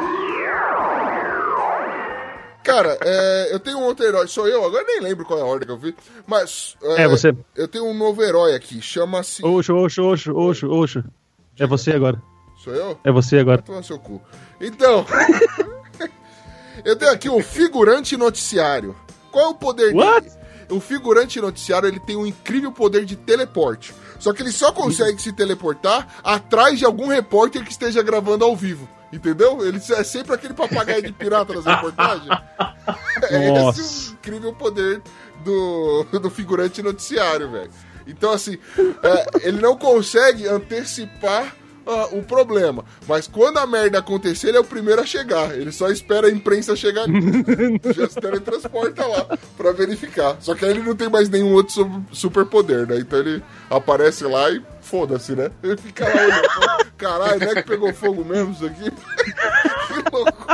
Cara, eu tenho um outro herói, sou eu, agora nem lembro qual é a ordem que eu vi, mas... você. Eu tenho um novo herói aqui, chama-se... Oxo. É você agora. Sou eu? É você agora. Toma seu cu. Então, eu tenho aqui um figurante noticiário. Qual é o poder dele? O figurante noticiário, ele tem um incrível poder de teleporte. Só que ele só consegue se teleportar atrás de algum repórter que esteja gravando ao vivo. Entendeu? Ele é sempre aquele papagaio de pirata nas reportagens. É esse o incrível poder do figurante noticiário, velho. Então, assim, ele não consegue antecipar o problema. Mas quando a merda acontecer, ele é o primeiro a chegar. Ele só espera a imprensa chegar já se teletransporta lá pra verificar. Só que aí ele não tem mais nenhum outro superpoder, né? Então ele aparece lá e foda-se, né? Ele fica lá olhando. Caralho, não é que pegou fogo mesmo isso aqui? Que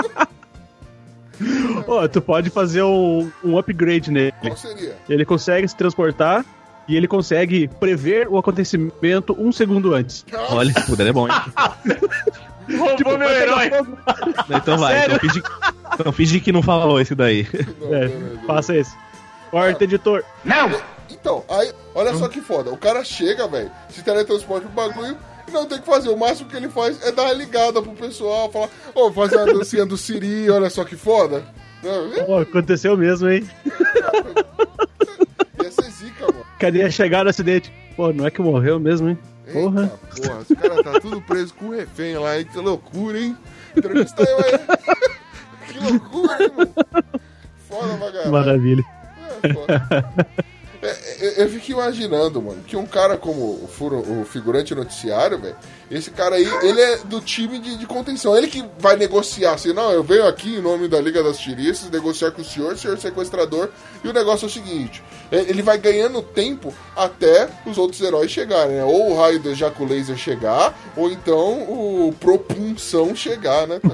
loucura. Tu pode fazer um upgrade nele. Qual seria? Ele consegue se transportar e ele consegue prever o acontecimento 1 segundo antes. Nossa. Olha, esse poder é bom, hein? Roubou meu herói. Então vai, então finge que não falou esse daí. Não. Faça esse. Corta, editor. Então, aí, olha só que foda. O cara chega, velho, se teletransporta pro bagulho e não tem o que fazer. O máximo que ele faz é dar uma ligada pro pessoal, falar, fazer a dancinha do Siri, olha só que foda. Aconteceu mesmo, hein? Ia ser zica, mano. Cadê a chegada do acidente? Não é que morreu mesmo, hein? Porra. Eita, porra, esse cara tá tudo preso com o refém lá, hein? Que loucura, hein? Entrevista eu aí. Que loucura, hein, mano? Foda pra caralho. Maravilha. Foda. Eu fico imaginando, mano, que um cara como o figurante noticiário, velho, esse cara aí, ele é do time de contenção. Ele que vai negociar, assim, não, eu venho aqui em nome da Liga das Tiriças, negociar com o senhor sequestrador, e o negócio é o seguinte, ele vai ganhando tempo até os outros heróis chegarem, né? Ou o raio do Ejaculaser chegar, ou então o Propulsão chegar, né?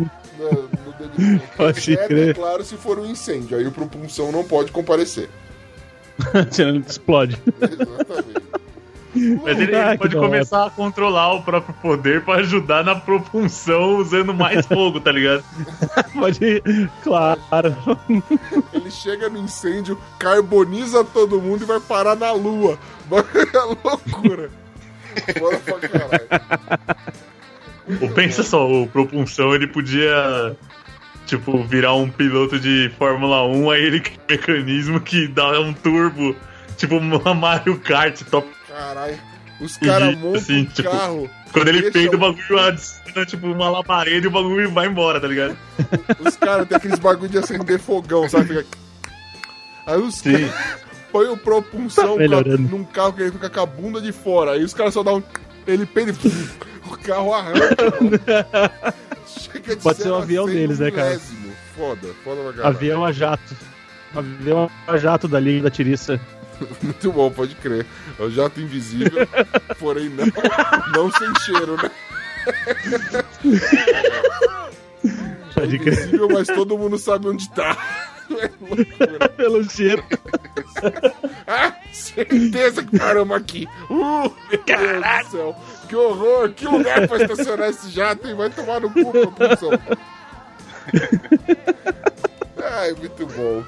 Pode crer. É claro, se for um incêndio, aí o Propulsão não pode comparecer. Senão explode. Exatamente. Mas ele pode começar a controlar o próprio poder pra ajudar na propulsão usando mais fogo, tá ligado? Pode, claro. Ele chega no incêndio, carboniza todo mundo e vai parar na lua. É loucura. Bora pra caralho. Ou pensa só, o propulsão ele podia, tipo, virar um piloto de Fórmula 1, aí ele cria um mecanismo que dá um turbo, tipo uma Mario Kart top. Caralho, os caras montam assim, um carro. Tipo, quando ele peida o bagulho adiciona, tipo, uma labareda e o bagulho vai embora, tá ligado? Os caras têm aqueles bagulho de acender fogão, sabe? Fica... Aí os caras põem o propulsão num carro que ele fica com a bunda de fora. Aí os caras só dão um... Ele peida e o carro arranca, mano. Pode ser o avião deles, né, cara? Foda pra caralho. Avião a jato. Avião a jato da Liga da Tiriça. Muito bom, pode crer. É o jato invisível, porém não sem cheiro, né? Pode é invisível, mas todo mundo sabe onde tá. É loucura. Pelo cheiro. Certeza que paramos aqui. Meu Deus do céu. Que horror. Que lugar pra estacionar esse jato, hein? Vai tomar no cu, produção. Ai, muito bom.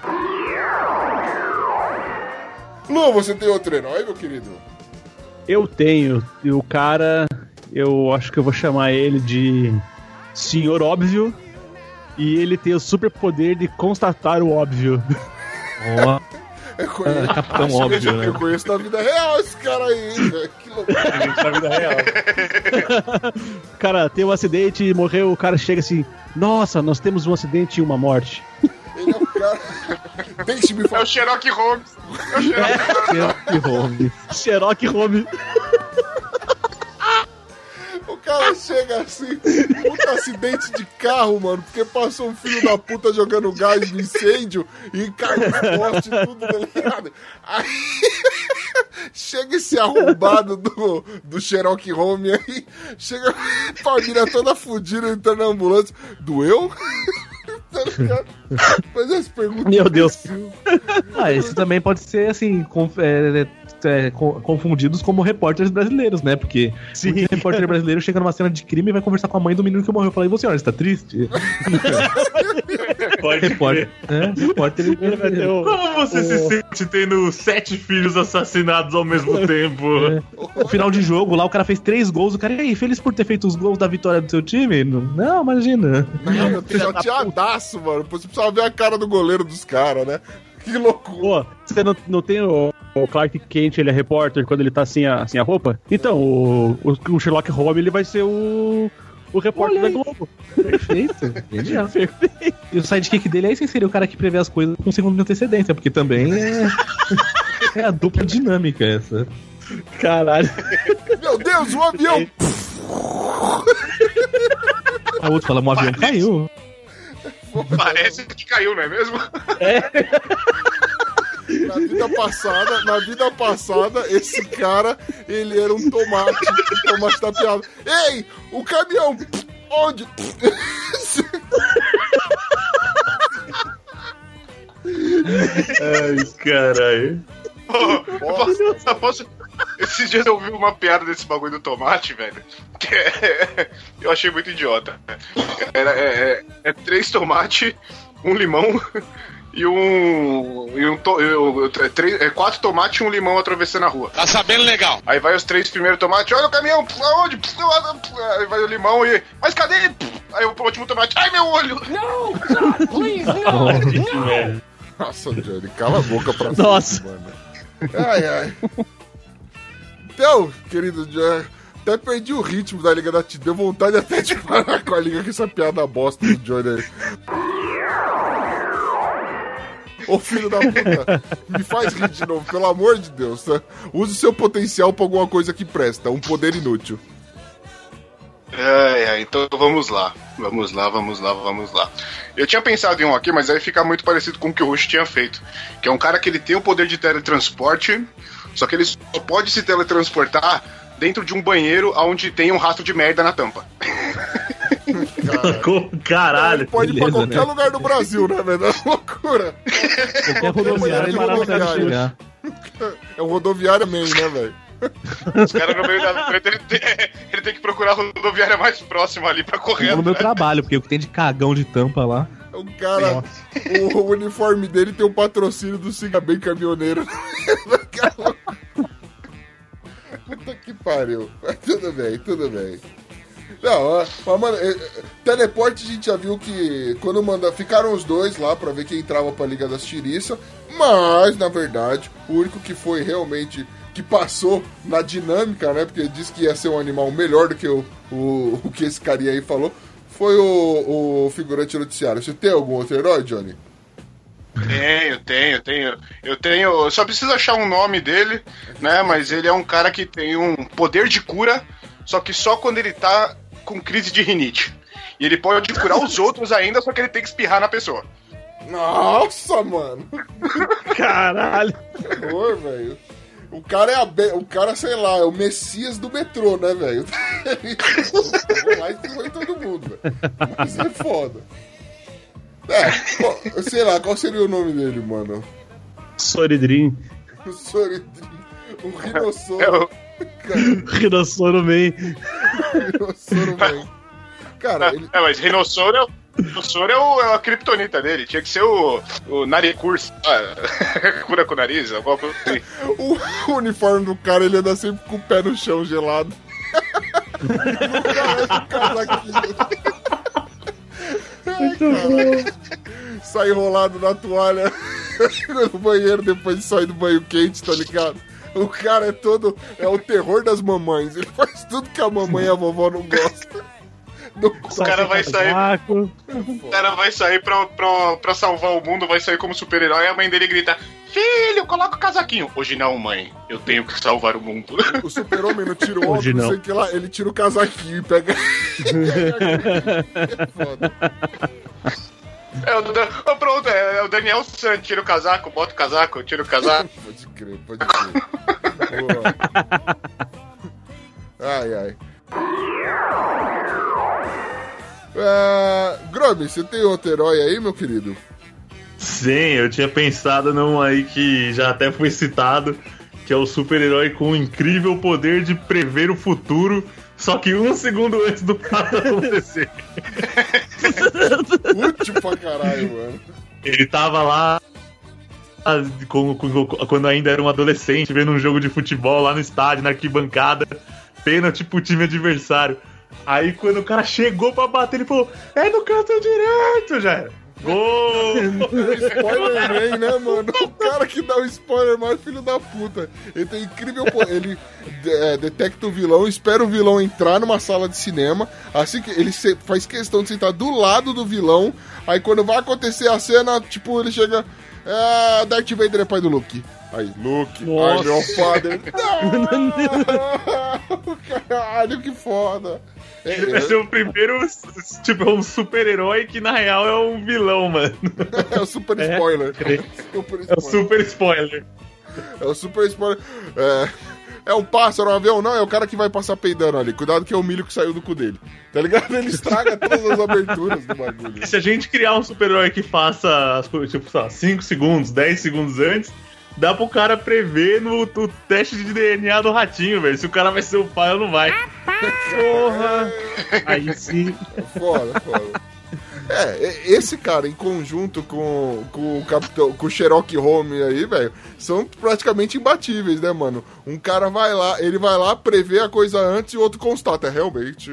Lu, você tem outro herói, meu querido? Eu tenho. E o cara, eu acho que eu vou chamar ele de Senhor Óbvio. E ele tem o superpoder de constatar o óbvio. Ó. Capitão Óbvio, né? Eu conheço na vida real esse cara aí, velho. Que loucura. Na vida real. Cara, tem um acidente e morreu. O cara chega assim: nossa, nós temos um acidente e uma morte. Ele é um cara. Deixe-me falar. É o Sherlock Holmes. É o Sherlock Holmes. Sherlock Holmes. O cara chega assim, puta acidente de carro, mano, porque passou um filho da puta jogando gás no incêndio e caiu no poste e tudo, tá ligado? Aí chega esse arrombado do Sherlock Holmes aí, chega a família toda fudida entrando na ambulância. Doeu? Tá ligado? Faz as perguntas. Meu Deus. Esse também pode ser, assim, confundidos como repórteres brasileiros, né? Porque Sim. o repórter brasileiro chega numa cena de crime e vai conversar com a mãe do menino que morreu. Eu falei, você, olha, você tá triste? Repórter. Repórter brasileiro. Como você se sente tendo 7 filhos assassinados ao mesmo tempo? No final de jogo, lá o cara fez 3 gols. O cara, e aí, feliz por ter feito os gols da vitória do seu time? Não, imagina. Não, eu tô chateadaço, mano. Você precisava ver a cara do goleiro dos caras, né? Que loucura. Pô, você não tem o Clark Kent, ele é repórter quando ele tá sem a roupa? Então, o Sherlock Holmes, ele vai ser o repórter da Globo. Perfeito. Genial. Perfeito. E o sidekick dele aí seria o cara que prevê as coisas com um segundo de antecedência, porque também é a dupla dinâmica essa. Caralho. Meu Deus, o avião! A outra fala, um avião caiu. Parece que caiu, não é mesmo? Na vida passada, esse cara, ele era um tomate tapeado. Ei, o caminhão! Onde? Ai, caralho. Posso... Esses dias eu ouvi uma piada desse bagulho do tomate, velho. Que eu achei muito idiota. É 3 tomates, 1 limão e 4 tomates e 1 limão atravessando a rua. Tá sabendo legal. Aí vai os 3 primeiros tomates, olha o caminhão, aonde? Aí vai o limão e... Mas cadê? Aí o último tomate, ai meu olho! No, God, please, no. Nossa, Johnny, cala a boca pra Nossa. cima, mano. Ai. Então, querido Johnny, até perdi o ritmo da Liga da T. Deu vontade até de parar com a Liga com essa piada bosta do Johnny aí. Ô filho da puta, me faz rir de novo, pelo amor de Deus, tá? Use o seu potencial pra alguma coisa que presta, um poder inútil. Então vamos lá. Eu tinha pensado em um aqui, mas aí fica muito parecido com o que o Rush tinha feito. Que é um cara que ele tem o poder de teletransporte, só que ele só pode se teletransportar dentro de um banheiro onde tem um rastro de merda na tampa. Caralho. Ele pode ir pra qualquer lugar do Brasil, né, velho? É uma loucura. Qualquer rodoviária ele vai chegar. É um rodoviário mesmo, né, velho? Os caras no meio da frente, ele tem que procurar a rodoviária mais próxima ali pra correr. No meu trabalho, porque o que tem de cagão de tampa lá. O cara, o uniforme dele tem o patrocínio do Siga Bem Caminhoneiro. Puta que pariu. Mas tudo bem. Não, mas, mano, teleporte a gente já viu que quando ficaram os dois lá pra ver quem entrava pra Liga das Tiriças, mas, na verdade, o único que foi realmente... que passou na dinâmica, né? Porque disse que ia ser um animal melhor do que o que esse carinha aí falou. Foi o figurante noticiário. Você tem algum outro herói, Johnny? Tenho. Eu só preciso achar um nome dele, né? Mas ele é um cara que tem um poder de cura, só que só quando ele tá com crise de rinite. E ele pode curar os outros ainda, só que ele tem que espirrar na pessoa. Nossa, mano! Caralho! Que horror, velho. O cara, sei lá, é o Messias do metrô, né, velho? Vou lá e foi todo mundo, velho. Mas é foda. Sei lá, qual seria o nome dele, mano? Soridrim. O Soridrim. O Rinossoro. Rinossoro Man. Rinossoro Man. Cara, ele... mas Rinossoro é a criptonita dele. Tinha que ser o Naricurso. Cura com o nariz, alguma coisa assim. O uniforme do cara, ele anda sempre com o pé no chão gelado. Nunca casaquinho. Ai, caralho. Sai enrolado na toalha no banheiro depois de sair do banho quente, tá ligado? O cara é todo... É o terror das mamães. Ele faz tudo que a mamãe e a vovó não gostam. O cara vai sair. O cara vai sair pra salvar o mundo, vai sair como super-herói e a mãe dele grita: Filho, coloca o casaquinho. Hoje não, mãe. Eu tenho que salvar o mundo. O super-homem não tira o óculos, não sei o que lá. Ele tira o casaquinho e pega. É foda. Pronto, é o Daniel San. Tira o casaco, bota o casaco, tira o casaco. Pode crer. Boa. Ai. Gromi, você tem outro herói aí, meu querido? Sim, eu tinha pensado num aí que já até foi citado, que é o super-herói com o incrível poder de prever o futuro, só que 1 segundo antes do fato acontecer. Útil pra caralho, mano. Ele tava lá quando ainda era um adolescente, vendo um jogo de futebol lá no estádio, na arquibancada, pênalti pro time adversário. Aí quando o cara chegou pra bater, ele falou: é no canto direito, já era. Gol! Spoiler Man, né, mano? O cara que dá o spoiler mais filho da puta. Ele tem incrível poder. Ele detecta o vilão, espera o vilão entrar numa sala de cinema. Assim que ele faz questão de sentar do lado do vilão. Aí quando vai acontecer a cena, tipo, ele chega. Darth Vader é pai do Luke. Aí, Luke, ai meu padre. Não! Caralho, que foda. Ele vai ser o primeiro, tipo, um super-herói que na real é um vilão, mano. É o super spoiler. É o super spoiler. É o super spoiler. É um pássaro, um avião? Não, é o cara que vai passar peidando ali. Cuidado que é o milho que saiu do cu dele. Tá ligado? Ele estraga todas as aberturas do bagulho. Se a gente criar um super-herói que faça, tipo, sei lá, 5 segundos, 10 segundos antes, dá pro cara prever no teste de DNA do ratinho, velho. Se o cara vai ser o pai ou não vai. Porra! Aí sim. Foda. Esse cara, em conjunto com o Capitão, com o Sherlock Holmes aí, velho, são praticamente imbatíveis, né, mano? Um cara vai lá, prevê a coisa antes e o outro constata. Realmente,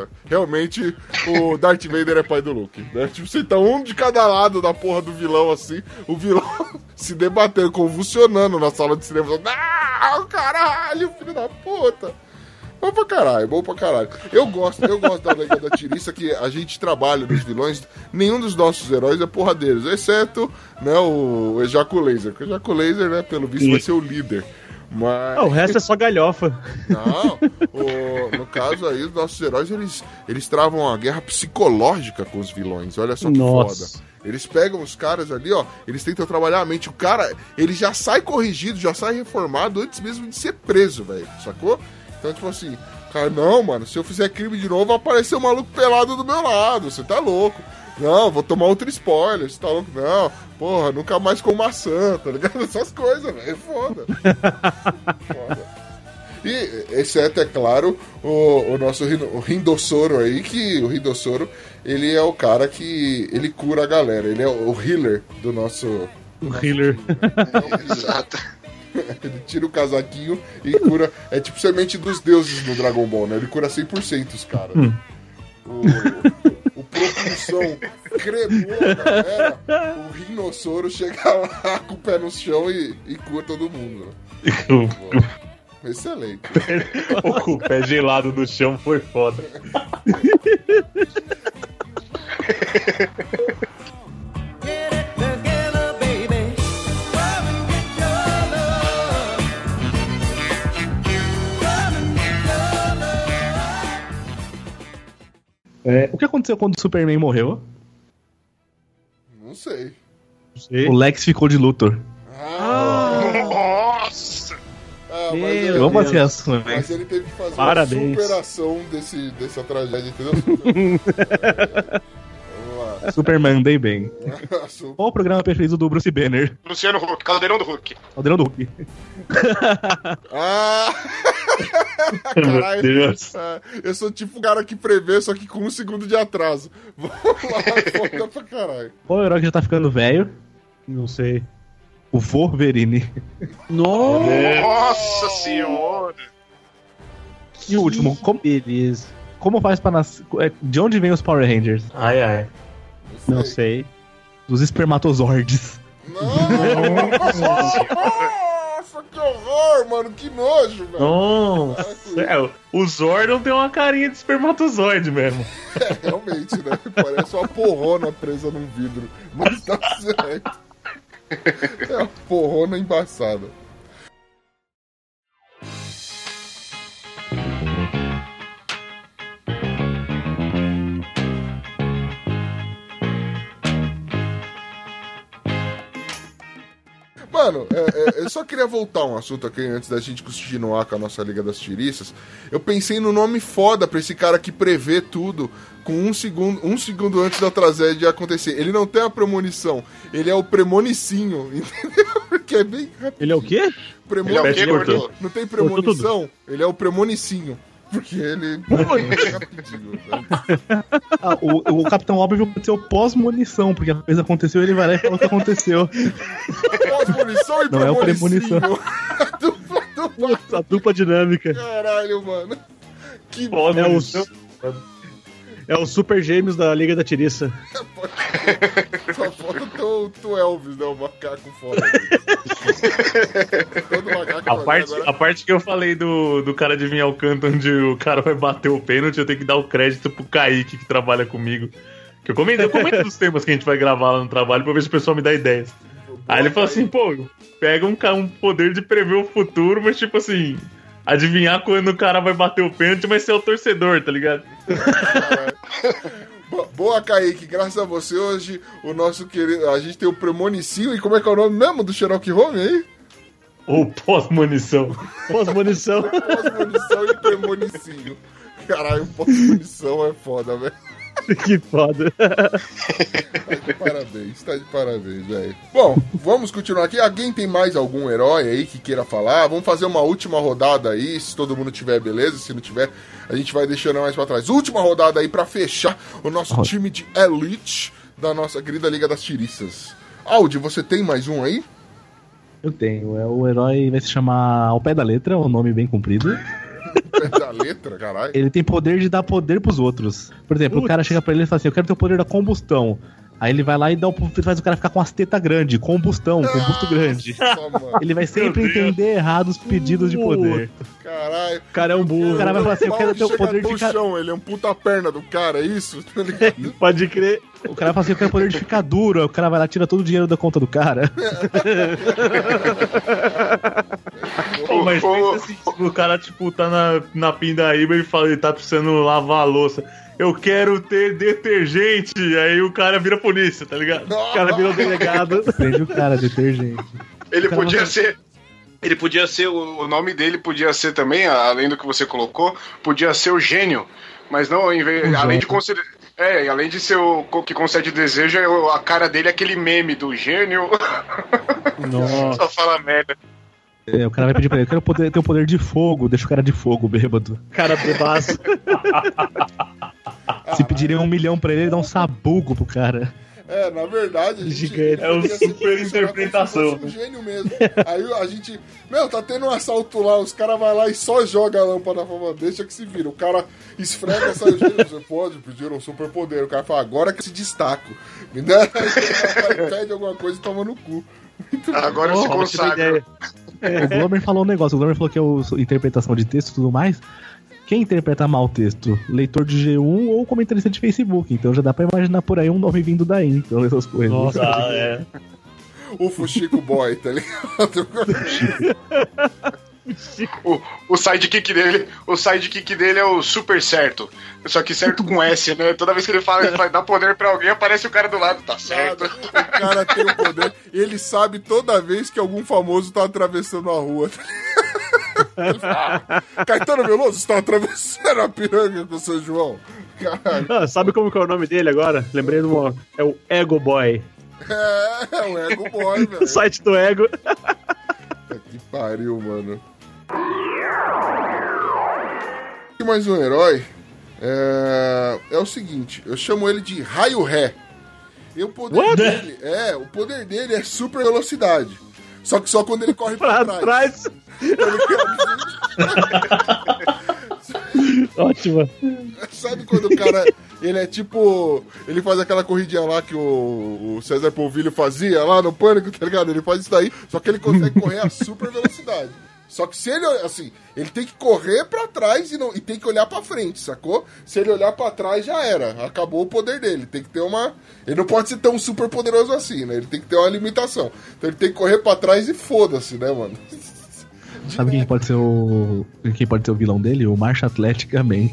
o Darth Vader é pai do Luke, né? Tipo, você tá um de cada lado da porra do vilão, assim, o vilão se debatendo, convulsionando na sala de cinema, falando: não, caralho, filho da puta. Bom pra caralho. Eu gosto da Liga da Tiriça, que a gente trabalha nos vilões. Nenhum dos nossos heróis é porradeiros, exceto, né, o Ejaculaser. Porque o Ejaculaser, né, pelo visto, vai ser o líder. Mas... o resto é só galhofa. Não, no caso aí, os nossos heróis, eles travam uma guerra psicológica com os vilões. Olha só que foda. Eles pegam os caras ali, ó, eles tentam trabalhar a mente. O cara, ele já sai corrigido, já sai reformado antes mesmo de ser preso, velho, sacou? Então, tipo assim, cara, não, mano, se eu fizer crime de novo, vai aparecer um maluco pelado do meu lado, você tá louco. Não, vou tomar outro spoiler, você tá louco. Não, porra, nunca mais com maçã, tá ligado? Essas coisas, velho, é foda. E, exceto, é claro, o nosso Rindossoro aí, que o Rindossoro, ele é o cara que, ele cura a galera, ele é o healer do nosso... O healer. Exato. Ele tira o casaquinho e cura. É tipo semente dos deuses no Dragon Ball, né? Ele cura 100% os caras. O propulsão cremou a galera. O Rinossoro chega lá com o pé no chão e cura todo mundo. Né? Excelente. O pé gelado no chão foi foda. O que aconteceu quando o Superman morreu? Não sei. O Lex ficou de Luthor. Nossa! Mas Vamos fazer assim, mas ele teve que fazer Parabéns. uma superação dessa tragédia, entendeu? Vamos lá. Superman, andei bem. Super. Qual o programa preferido do Bruce Banner? Luciano Huck, Caldeirão do Huck. Caldeirão do Hulk. Ah! Meu Caralho. Deus. Eu sou tipo o cara que prevê, só que com 1 segundo de atraso. Vamos lá, foda pra caralho. Qual o herói que já tá ficando velho? Não sei. O Wolverine. Nossa senhora. E o último, Beleza. como faz pra nascer... De onde vem os Power Rangers? Ai. Não sei. Dos espermatozordes. Nossa, que horror, mano. Que nojo, velho. Nossa. O Zordon tem uma carinha de espermatozoide mesmo. Realmente, né? Parece uma porrona presa num vidro. Mas tá certo. É uma porrona embaçada. Mano, eu só queria voltar um assunto aqui antes da gente continuar com a nossa Liga das Tiriças. Eu pensei no nome foda pra esse cara que prevê tudo com 1 segundo antes da tragédia acontecer. Ele não tem a premonição, ele é o premonicinho, entendeu? Porque é bem rápido. Ele é o quê? Ele é o quê, gordinho? Não tem premonição, ele é o premonicinho. Porque ele é rapidinho, né? O Capitão Óbvio pode ser o pós-munição, porque a coisa aconteceu e ele vai lá e fala o que aconteceu. Pós-munição e Não é o premonicinho. premonição. A dupla dinâmica. Caralho, mano. Que É o Super Gêmeos da Liga da Tiriça. Só falta o Elvis, né? O macaco foda. Todo macaco A parte que eu falei do cara adivinhar o canto onde o cara vai bater o pênalti, eu tenho que dar o crédito pro Kaique, que trabalha comigo. Que eu comento dos temas que a gente vai gravar lá no trabalho pra ver se o pessoal me dá ideias. Aí ele fala assim, pô, pega um poder de prever o futuro, mas tipo assim, adivinhar quando o cara vai bater o pênalti, mas ser o torcedor, tá ligado? Boa, Kaique, graças a você hoje o nosso querido, a gente tem o premonicinho, e como é que é o nome mesmo do Sherlock Holmes aí? Ou pós-munição. Pós-munição. Pós-munição e premonicinho. Caralho, pós-munição é foda, velho. Que foda. Tá de parabéns, velho. Bom, vamos continuar aqui. Alguém tem mais algum herói aí que queira falar? Vamos fazer uma última rodada aí, se todo mundo tiver, beleza. Se não tiver, a gente vai deixando mais pra trás. Última rodada aí pra fechar o nosso time de elite da nossa querida Liga das Tiriças. Aldi, você tem mais um aí? Eu tenho. O herói vai se chamar Ao Pé da Letra, um nome bem comprido. Da letra, caralho. Ele tem poder de dar poder pros outros. Por exemplo, o cara chega pra ele e fala assim, eu quero ter o poder da combustão. Aí ele vai lá e faz o cara ficar com as tetas grandes. Combusto grande. Nossa, Ele vai sempre entender errado os pedidos de poder. caralho. O cara é um burro. O cara vai falar assim, eu quero ter o poder de ficar... chão, ele é um puta perna do cara, é isso? Tá ligado? Pode crer. O cara fala assim, eu quero o poder de ficar duro. Aí o cara vai lá e tira todo o dinheiro da conta do cara. Pô, mas pensa assim, o cara, tipo, tá na pindaíba e fala, ele tá precisando lavar a louça. Eu quero ter detergente. Aí o cara vira polícia, tá ligado? O cara virou delegado. Prende o cara, detergente. Ele podia ser, o nome dele podia ser também, além do que você colocou, podia ser o gênio. Mas não, além de conceder. Além de ser o que concede desejo, a cara dele é aquele meme do gênio. Nossa. Só fala merda. O cara vai pedir pra ele, eu quero ter o poder de fogo, deixa o cara de fogo, bêbado. Cara bebaço. Se pedirem 1 milhão pra ele dá um sabugo pro cara. Na verdade, a gente Gigante. É o super interpretação. Um gênio mesmo. Aí a gente, tá tendo um assalto lá, os caras vão lá e só joga a lâmpada, fala, deixa que se vira. O cara esfrega, sai o gênio, você pode pedir um super poder. O cara fala, agora que se destaco. Me dá, aí pede alguma coisa e toma no cu. Agora se consagra. O Glomer falou um negócio, o Glomer falou que é interpretação de texto e tudo mais. Quem interpreta mal o texto? Leitor de G1 ou comentarista de Facebook. Então já dá pra imaginar por aí um nome vindo daí, então, essas coisas. Nossa, O Fuxico Boy, tá ligado? O sidekick dele é o super certo. Só que certo com S, né? Toda vez que ele fala, ele vai dar poder pra alguém, aparece o cara do lado, tá certo. O cara tem o poder, ele sabe toda vez que algum famoso tá atravessando a rua. Ele fala, Caetano Veloso está atravessando a piranga com o São João. Caralho. Ah, sabe como que é o nome dele agora? Lembrei de um. É o Ego Boy. É o Ego Boy, velho. O site do Ego. Que pariu, mano. E mais um herói é o seguinte, eu chamo ele de Raio Ré. E o poder dele é super velocidade. Só que só quando ele corre pra trás. Ótimo. Sabe quando o cara, ele é tipo, ele faz aquela corridinha lá que o César Polvilho fazia lá no Pânico, tá ligado? Ele faz isso daí, só que ele consegue correr a super velocidade. Só que se ele, assim, ele tem que correr pra trás e tem que olhar pra frente, sacou? Se ele olhar pra trás, já era. Acabou o poder dele. Tem que ter uma... Ele não pode ser tão super poderoso assim, né? Ele tem que ter uma limitação. Então ele tem que correr pra trás e foda-se, né, mano? Sabe quem pode ser o vilão dele? O Marcha Atlética Man.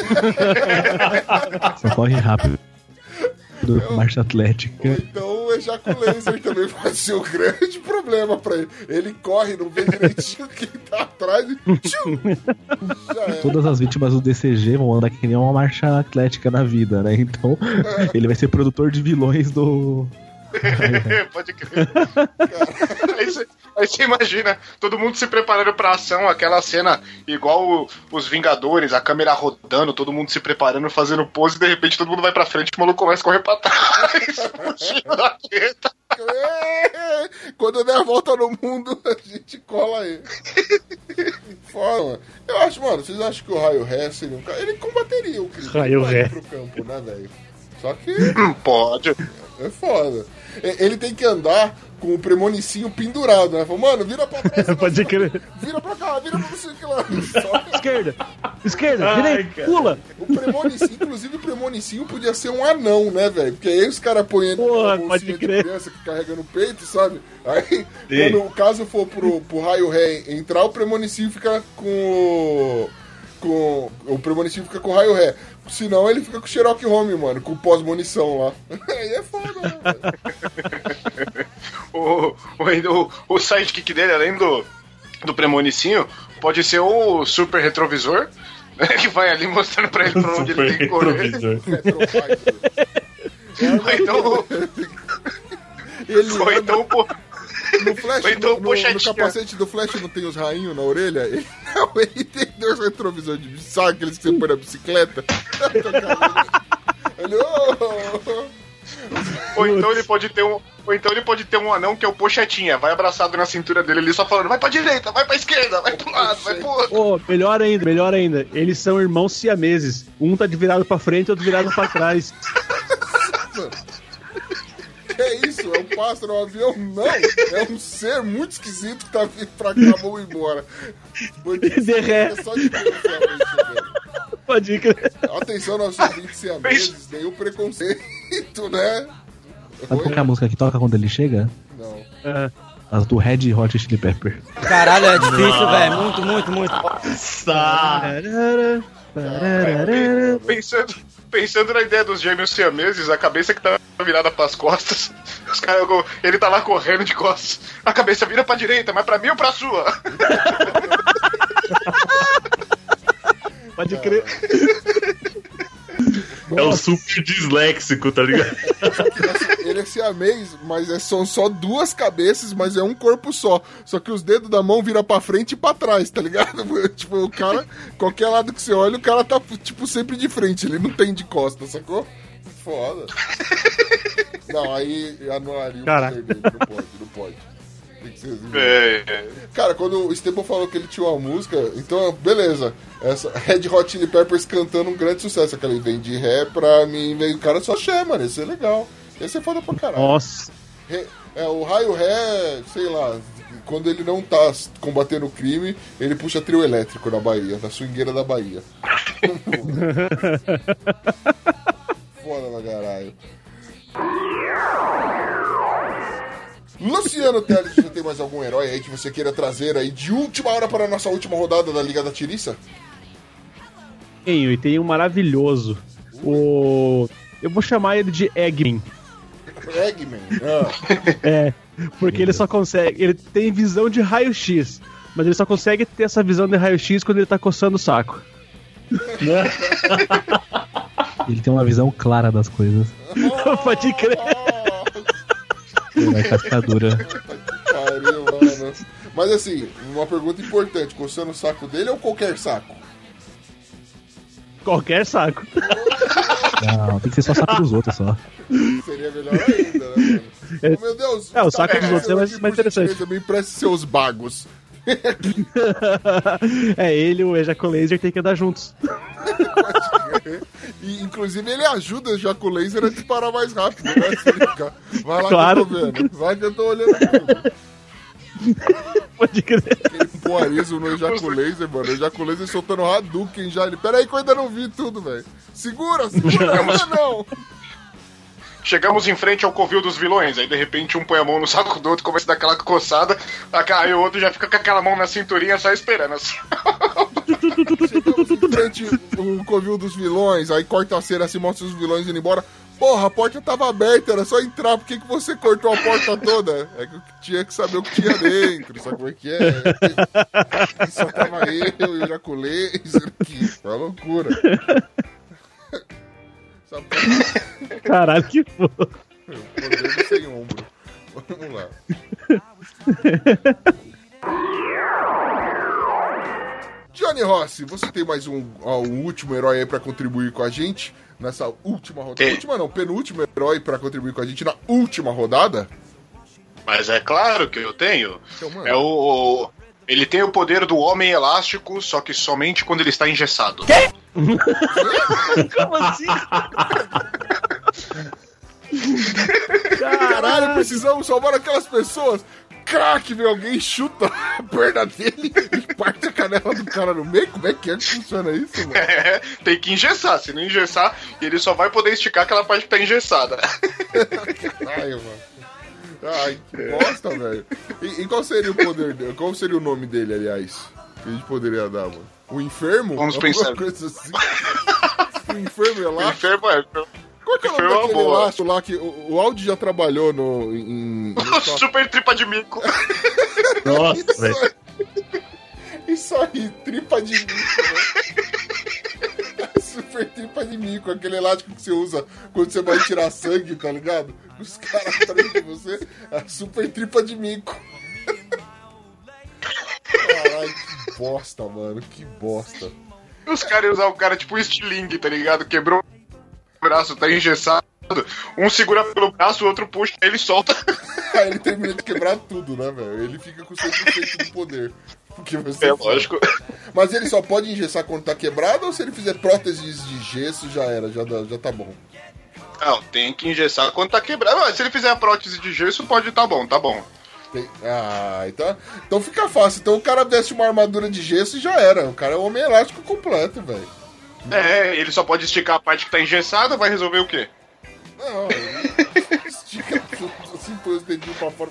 Só corre rápido. Marcha Atlética. Ou então o Ejaculancer também pode ser um grande problema pra ele. Ele corre, não vê direitinho quem tá atrás e... Já é. Todas as vítimas do DCG vão andar que nem uma marcha atlética na vida, né? Então, ele vai ser produtor de vilões do... Pode crer. Aí você imagina todo mundo se preparando pra ação, aquela cena igual os Vingadores, a câmera rodando, todo mundo se preparando, fazendo pose, e de repente todo mundo vai pra frente e o maluco começa a correr pra trás, fugindo da treta. Quando der a volta no mundo, a gente cola aí. Foda, mano. Eu acho, mano, vocês acham que o Raio Ré seria um cara... Ele combateria o crime Raio Ré pro campo, né, velho? Só que... Pode. É foda. Ele tem que andar com o premonicinho pendurado, né? Fala, mano, vira pra trás. Pode crer. Vira pra cá, vira pra você que lá. Esquerda, direita, pula. O premonicinho, inclusive o premonicinho podia ser um anão, né, velho? Porque aí os caras põem ele Porra, numa pode bolsinha de crer. criança que carrega no peito, sabe? Aí, quando o caso for pro Raio Ré entrar, o premonicinho fica com o premonicinho fica com o Raio Ré. Senão ele fica com o Sherlock Holmes, mano, com o pós-munição lá. Aí é foda, né, velho? O sidekick dele, além do premonicinho, pode ser o super retrovisor, né, que vai ali mostrando pra ele pra onde ele tem que correr. Ou então, pô. No Flash, então, no capacete do Flash não tem os rainhos na orelha? Ele tem dois retrovisores de... Sabe aqueles que você põe na bicicleta? Ou então ele pode ter um anão que é o pochetinha, vai abraçado na cintura dele ali só falando, vai pra direita, vai pra esquerda, vai pro lado, vai pro outro. Oh, melhor ainda. Eles são irmãos siameses. Um tá de virado pra frente e outro virado pra trás. É isso? É um pássaro, um avião? Não! É um ser muito esquisito que tá vindo pra cá, vamos embora. Derré. É só de ver o siamês chegando. Pode crer. Atenção, nossos ouvintes siameses, nenhum preconceito, né? Sabe qual que é a música que toca quando ele chega? Não. As do Red Hot Chili Pepper. Caralho, é difícil, velho. Muito. Pensando na ideia dos gêmeos siameses, a cabeça que tá virada pras costas, os caras, ele tá lá correndo de costas, a cabeça vira pra direita, mas pra mim ou pra sua? Pode crer. É o super disléxico, tá ligado? Ele é siamês, mas são só duas cabeças, mas é um corpo só. Só que os dedos da mão viram pra frente e pra trás, tá ligado? Tipo, o cara, qualquer lado que você olha, o cara tá, tipo, sempre de frente. Ele não tem de costas, sacou? Foda. Não, aí anularia o poder dele. Não pode. Tem que ser assim. Cara, quando o Esteban falou que ele tinha uma música, então, beleza. Essa Red Hot Chili Peppers cantando um grande sucesso. Aquela vem de ré pra mim, vem o cara só chama, mano. Isso é legal. Esse é foda pra caralho. Nossa. O Raio Ré, sei lá, quando ele não tá combatendo o crime, ele puxa trio elétrico na Bahia, na swingueira da Bahia. Foda pra caralho. Luciano Teles, você tem mais algum herói aí que você queira trazer aí de última hora para a nossa última rodada da Liga da Tiriça? Tenho, e tem um maravilhoso. Eu vou chamar ele de Eggman. Eggman? É, porque ele só consegue... Ele tem visão de raio-x, mas ele só consegue ter essa visão de raio-x quando ele tá coçando o saco. Ele tem uma visão clara das coisas. Pode crer. Ele vai cascadura. Pariu, mano. Mas assim, uma pergunta importante: coçando o saco dele ou qualquer saco? Qualquer saco. Não, tem que ser só saco dos outros só. Seria melhor ainda, né, mano? Oh, meu Deus. O saco dos outros é mais interessante. Também preste seus bagos. Ele e o Ejaculaser tem que andar juntos. E, inclusive, ele ajuda o Jaco Laser a disparar mais rápido, né? Vai lá claro. que eu tô vendo. Vai que eu tô olhando tudo. Pode crer. Aquele poarizo no Jaco Laser, mano. O Jaco Laser soltando Hadouken já. Ele, peraí que eu ainda não vi tudo, velho. Segura ainda não. Chegamos em frente ao covil dos vilões, aí de repente um põe a mão no saco do outro, começa a dar aquela coçada, aí o outro já fica com aquela mão na cinturinha só esperando assim. Chegamos em frente ao covil dos vilões, aí corta a cena assim, mostra os vilões indo embora. Porra, a porta tava aberta, era só entrar, por que você cortou a porta toda? É que eu tinha que saber o que tinha dentro, sabe como é que é? E só tava eu e o Jaco Laser aqui, foi uma loucura. Caralho, que foda. Poder sem ombro. Vamos lá. Johnny Rossi, você tem mais um último herói aí pra contribuir com a gente nessa última rodada? Última não, penúltimo herói pra contribuir com a gente na última rodada? Mas é claro que eu tenho. Então, mano. Ele tem o poder do homem elástico, só que somente quando ele está engessado. Quê? Como assim? Caralho, precisamos salvar aquelas pessoas. Crack, meu, alguém chuta a perna dele e parte a canela do cara no meio. Como é que funciona isso, mano? Tem que engessar. Se não engessar, ele só vai poder esticar aquela parte que tá engessada. Caralho, mano. Ai, que bosta, velho. E qual seria o poder dele? Qual seria o nome dele, aliás? Que a gente poderia dar, mano? O enfermo? Vamos pensar. Coisa assim. O enfermo elástico? O enfermo é... Qual que é o nome daquele elástico lá que o Aldi já trabalhou no Super tripa de mico. Nossa, velho. Isso aí, tripa de mico, né? Super tripa de mico, aquele elástico que você usa quando você vai tirar sangue, tá ligado? Os caras atrás de você, a super tripa de mico. Caralho, que bosta, mano, que bosta. Os caras iam usar o cara tipo estilingue, tá ligado? Quebrou o braço, tá engessado. Um segura pelo braço, o outro puxa, aí ele solta. Aí ele termina de quebrar tudo, né, velho? Ele fica com 100% do poder. Porque você lógico. Mas ele só pode engessar quando tá quebrado ou se ele fizer próteses de gesso já era, já tá bom? Não, tem que engessar quando tá quebrado. Mas se ele fizer a prótese de gesso, pode tá bom, tá bom. Então fica fácil. Então o cara veste uma armadura de gesso e já era. O cara é o homem elástico completo, velho. Ele só pode esticar a parte que tá engessada, vai resolver o quê? Não, ele estica tudo, assim, põe os dedinhos pra fora.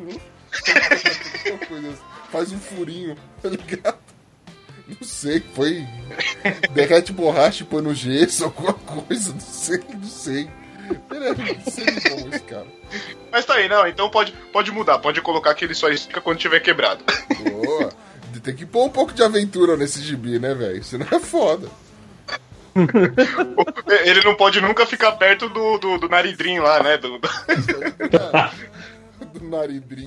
Faz um furinho, tá ligado? Não sei, derrete borracha e põe no gesso, alguma coisa, não sei. Seria bom esse cara. Mas tá aí, não, então pode mudar, pode colocar que ele só estica quando tiver quebrado. Boa, tem que pôr um pouco de aventura nesse gibi, né, velho? Senão é foda. Ele não pode nunca ficar perto do naridrim lá, né? Do naridrim.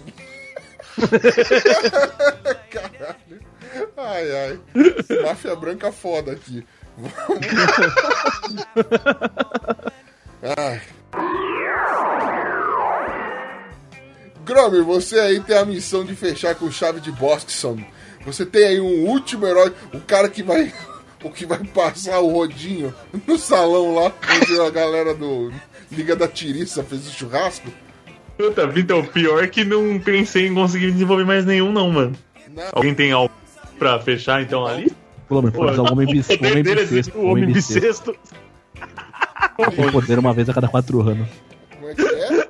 Caralho. Ai. Máfia branca foda aqui. Ai. Gromer, você aí tem a missão de fechar com chave de Boston. Você tem aí um último herói, o cara que vai passar o rodinho no salão lá, onde a galera do Liga da Tiriça fez o churrasco. Puta vida, o pior é que não pensei em conseguir desenvolver mais nenhum, não, mano. Não. Alguém tem algo pra fechar, então, ali? Pode usar o homem bissexto. O homem bissexto. Tem poder uma vez a cada 4 anos. Como é que é?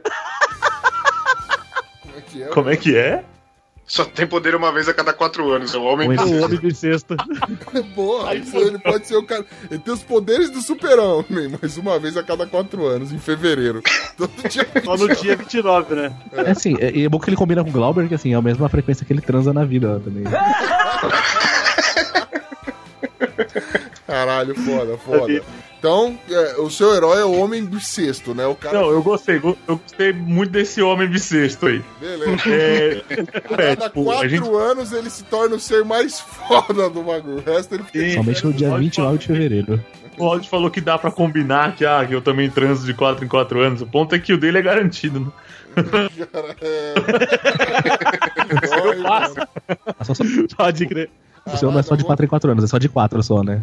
Como é que é? Só tem poder uma vez a cada 4 anos, é o homem bissexto. Boa, ele pode ser o cara. Ele tem os poderes do super-homem, mas uma vez a cada 4 anos, em fevereiro. Todo dia 29. Só no dia 29, né? É assim, é bom que ele combina com o Glauber, que assim, é a mesma frequência que ele transa na vida também. Caralho, foda. Então, o seu herói é o homem bissexto, né? O cara... Não, eu gostei muito desse homem bissexto aí. Beleza. Cada 4 anos ele se torna o ser mais foda do bagulho. O resto ele fica... Somente no dia 29 de fevereiro. O Aldi falou que dá pra combinar que eu também transo de 4 em 4 anos. O ponto é que o dele é garantido, né? Cara, Eu faço. Pode crer. O seu não é só de 4 em 4 anos, é só de 4 só, né?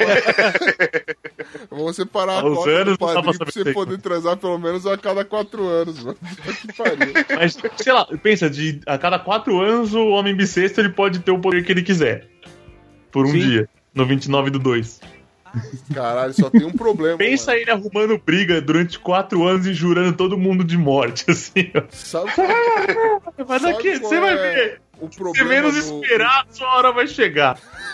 Vamos separar a Aos cota anos do não dá pra padrinho pra saber você poder transar pelo menos a cada 4 anos, mano. Que pariu. Mas, sei lá, pensa, a cada 4 anos o homem bissexto ele pode ter o poder que ele quiser. Por um dia. No 29/2. Caralho, só tem um problema. Pensa ele arrumando briga durante 4 anos e jurando todo mundo de morte, assim, ó. Sabe Mas aqui, você vai ver. o Se problema menos esperar, sua hora vai chegar.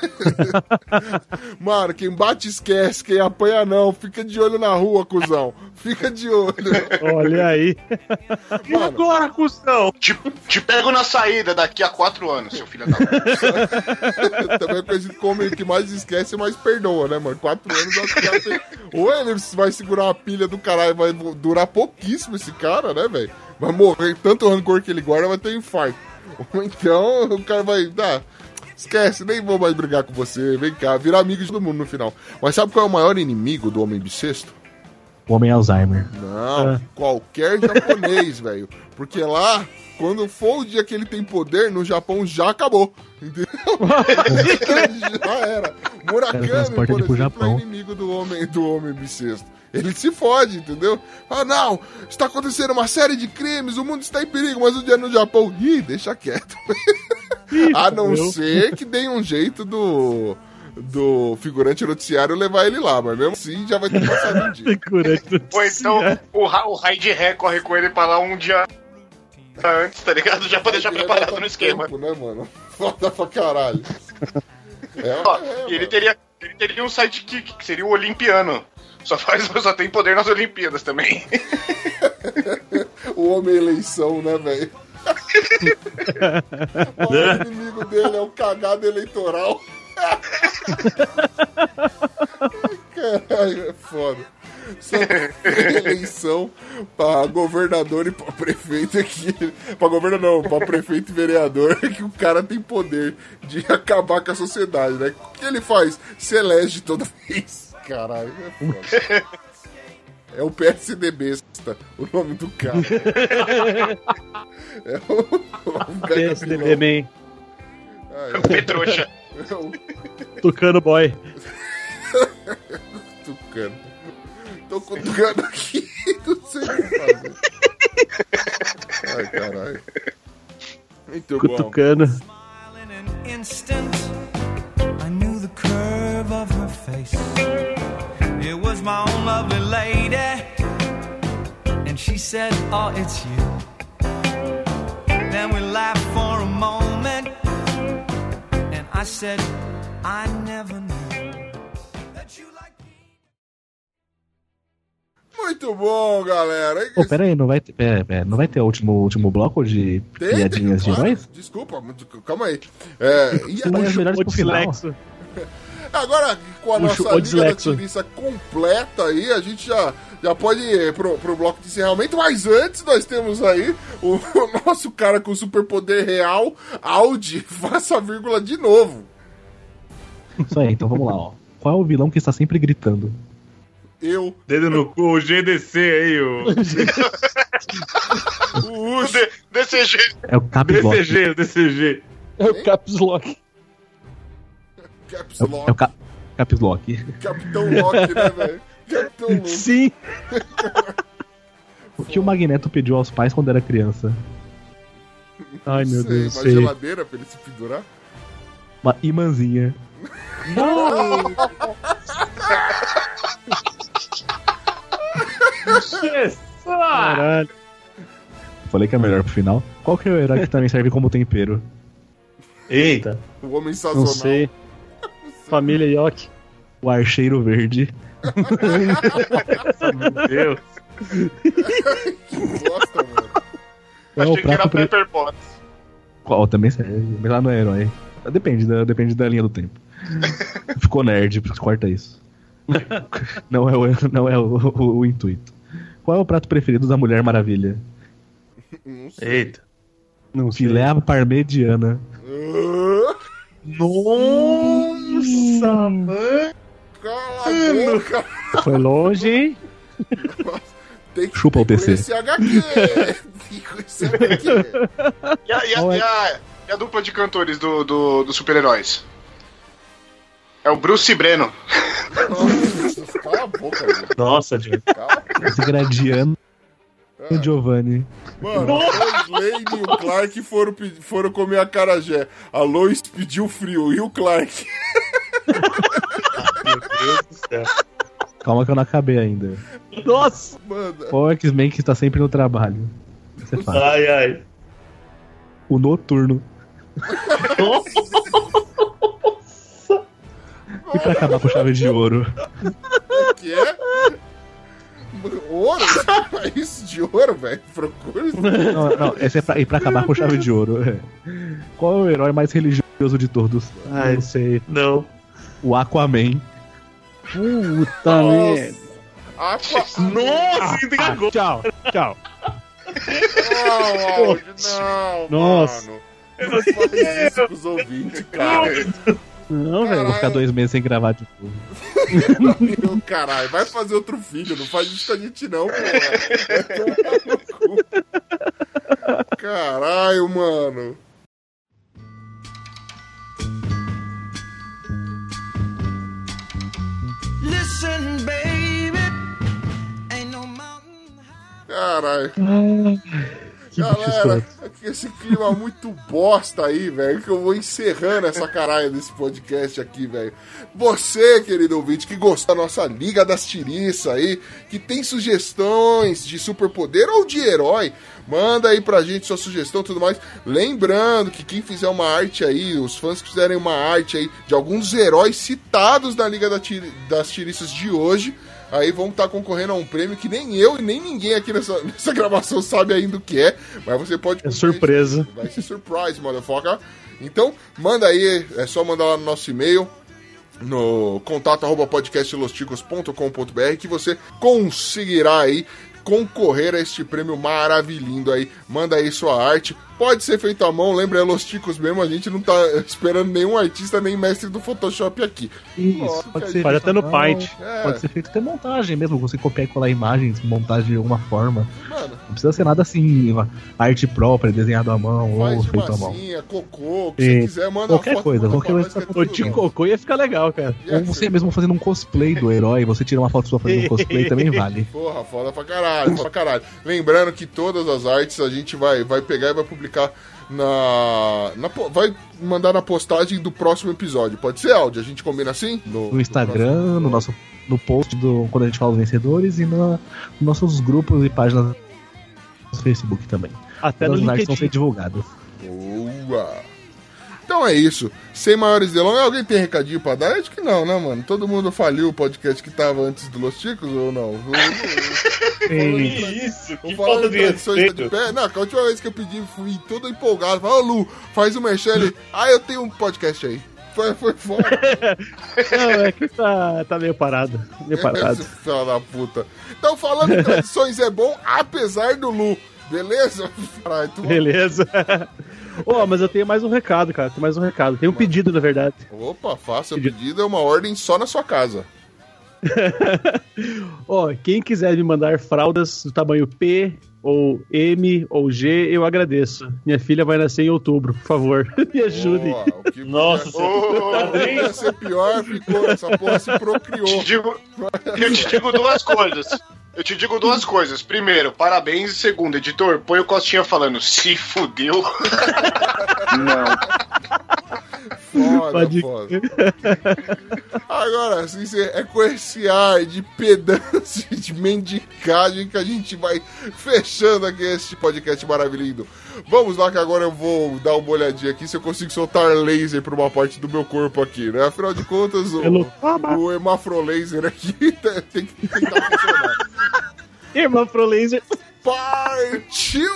Mano, quem bate esquece, quem apanha não. Fica de olho na rua, cuzão. Fica de olho. Olha aí. E agora, cuzão? Te pego na saída daqui a 4 anos, seu filho da puta. Também é conhecido como ele que mais esquece e mais perdoa, né, mano? 4 anos ou ele vai segurar a pilha do caralho, vai durar pouquíssimo esse cara, né, velho? Vai morrer, tanto rancor que ele guarda, vai ter infarto. Ou então o cara vai dar. Esquece, nem vou mais brigar com você. Vem cá, virar amigo de todo mundo no final. Mas sabe qual é o maior inimigo do homem bissexto? O homem Alzheimer. Não, qualquer japonês, velho. Porque lá, quando for o dia que ele tem poder, no Japão já acabou. Entendeu? Já era. Murakami, por exemplo, é inimigo do homem bissexto. Ele se fode, entendeu? Ah, não, está acontecendo uma série de crimes, o mundo está em perigo, mas o dia no Japão... Ih, deixa quieto. A não ser que dê um jeito do figurante noticiário levar ele lá, mas mesmo assim já vai ter passado um dia. Ou então o Raid Ré corre com ele pra lá um dia antes, tá ligado? Já pra deixar preparado no esquema. Tempo, né, mano? Foda pra caralho. Ele teria um sidekick, que seria o Olimpiano. Só tem poder nas Olimpíadas também. O homem eleição, né, velho? O maior inimigo dele é o cagado eleitoral. Caralho, é foda. Só tem eleição pra governador e pra prefeito aqui. Pra governador não, pra prefeito e vereador, que o cara tem poder de acabar com a sociedade, né? O que ele faz? Se elege toda vez. Caralho, é foda. É o PSD besta, o nome do cara. É o PSDB Man. É o Petrouxa. É o Tucano Boy. Tucano. Tô cutucando aqui, não sei o que fazer. Ai, caralho. Muito bom. Cutucano. I knew the curve of her face. It was my own lovely lady. And she said, oh, it's you. Then we laughed for a moment. And I said, I never knew that you like me. Muito bom, galera. Pô, pera aí, não vai ter o último bloco de piadinhas de heróis? Desculpa, calma aí. E Você vai as melhores pro final. agora, com a Puxa, nossa o Liga da dislexo. Tiriça completa aí, a gente já pode ir pro bloco de encerramento. Mas antes, nós temos aí o nosso cara com superpoder real, Audi, faça a vírgula de novo. Isso aí, então vamos lá, ó. Qual é o vilão que está sempre gritando? Eu. Dedo no cu, o GDC aí, o DCG. É o Caps Lock. DCG. É o Caps Lock. Caps É Lock. o Caps Lock. Capitão Lock, né, velho? Capitão Lock. Sim. O que o Magneto pediu aos pais quando era criança? Ai, meu Deus, Uma sei. geladeira pra ele se pendurar? Uma imãzinha. Caralho. Falei que é melhor pro final. Qual que é o herói que também serve como tempero? Eita. O homem Não sazonal. sei. Família Yoki. O Archeiro Verde. Meu Deus. Que bosta, mano. É o Achei que era prato Pepper Potts. Qual também serve, mas lá não é herói. Depende da linha do tempo. Ficou nerd, corta isso. Não é o intuito. Qual é o prato preferido da Mulher Maravilha? Não sei. Eita. Não sei. Filé à parmegiana. Nossa, mano. Cala a boca. Foi longe, hein? Tem que Chupa o PC. conhecer HQ. Tem que conhecer HQ. E a dupla de cantores do super-heróis? É o Bruce e Breno. Nossa, cala a boca, velho. Nossa, Diego. Cala a boca. Esse Gradiano e o Giovanni. Mano, a Lois Lane e o Clark foram comer acarajé. A Lois pediu frio e o Clark. Meu Deus do céu. Calma que eu não acabei ainda. Nossa! Manda. Qual é o X-Men que está sempre no trabalho? Isso é fácil. Ai, ai. O Noturno. E pra acabar com chave de ouro? Que é? Ouro? É isso de ouro, velho? Procura isso. Não, esse é pra acabar com chave de ouro. Qual é o herói mais religioso de todos? Ai, sei. Não. O Aquaman. Puta merda. Nossa, entregou. Tchau, tchau. Não, áudio, não. Nossa. Mano. Não faz isso com os ouvintes, cara. Não, velho. Vou ficar 2 meses sem gravar de novo. Meu caralho, vai fazer outro filho, não faz isso com a gente não, porra. Vai tomar no cu. Caralho, mano. Listen, baby, ain't no mountain high. Caralho. Que bicho Galera, escroto. esse clima muito bosta aí, velho, que eu vou encerrando essa caralho desse podcast aqui, velho. Você, querido ouvinte, que gostou da nossa Liga das Tiriças aí, que tem sugestões de superpoder ou de herói, manda aí pra gente sua sugestão e tudo mais. Lembrando que quem fizer uma arte aí, os fãs que fizerem uma arte aí de alguns heróis citados na Liga das Tiriças de hoje, aí vão estar concorrendo a um prêmio que nem eu e nem ninguém aqui nessa gravação sabe ainda o que é, mas você pode... É surpresa. Vai ser surprise, motherfucker. Então, manda aí, é só mandar lá no nosso e-mail, no contato@podcastlosticos.com.br, que você conseguirá aí concorrer a este prêmio maravilhindo aí. Manda aí sua arte. Pode ser feito à mão, lembra, é Los Ticos mesmo, a gente não tá esperando nenhum artista nem mestre do Photoshop aqui. Isso, Nossa, pode que ser Pode até no não, Paint. É. Pode ser feito até montagem mesmo, você copiar e colar imagens, montagem de alguma forma. Mano, Não precisa ser nada assim, uma arte própria, desenhado à mão ou faz de feito à mão. massinha, cocô, o que você E quiser, manda qualquer uma foto, coisa, manda qualquer pra coisa nós que é tá O tudo de bem. cocô ia ficar legal, cara. Ia Ou você ser. mesmo fazendo um cosplay do herói, você tira uma foto sua fazendo um cosplay também vale. Porra, foda pra caralho, foda pra caralho. Lembrando que todas as artes a gente vai pegar e vai publicar vai mandar na postagem do próximo episódio. Pode ser, áudio? A gente combina assim? No Instagram, no post quando a gente fala os vencedores e nos nossos grupos e páginas no Facebook também. Até no Todas as artes vão ser LinkedIn. divulgadas. Boa! Então é isso. Sem maiores delongas, alguém tem recadinho pra dar? Acho que não, né, mano? Todo mundo faliu o podcast que tava antes do Los Ticos ou não? Que isso? Que Vamos falar falta de de tradições tá de respeito. pé. Não, que a última vez que eu pedi, fui todo empolgado. Falei, ô Lu, faz o merchan ali. Ah, eu tenho um podcast aí. Foi foda. Não, é que tá meio parado. Meio parado. Esse filho da puta. Então, falando em tradições é bom, apesar do Lu. Beleza? Caralho, Beleza. Ô, mas eu tenho mais um recado, cara. Tem mais um recado. Tem um pedido, na verdade. Opa, faça o pedido, é uma ordem só na sua casa. Ó, quem quiser me mandar fraldas do tamanho P, ou M, ou G, eu agradeço. Minha filha vai nascer em outubro, por favor. Me ajudem. Boa, o que Nossa, podia ser pior, ficou. Essa porra se procriou. Eu te digo duas coisas. Primeiro, parabéns. E segundo, editor, põe o Costinha falando, se fudeu. Foda, Pode- foda. Agora, assim, é com esse ar de pedância, de mendicagem que a gente vai fechando aqui este podcast maravilhoso. Vamos lá que agora eu vou dar uma olhadinha aqui se eu consigo soltar laser pra uma parte do meu corpo aqui, né? Afinal de contas, o hemafrolaser aqui tem que tentar funcionar. Irmã Pro Laser. Partiu!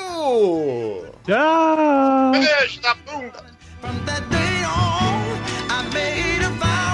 Tchau! Beijo na bunda. From that day on, I made a vow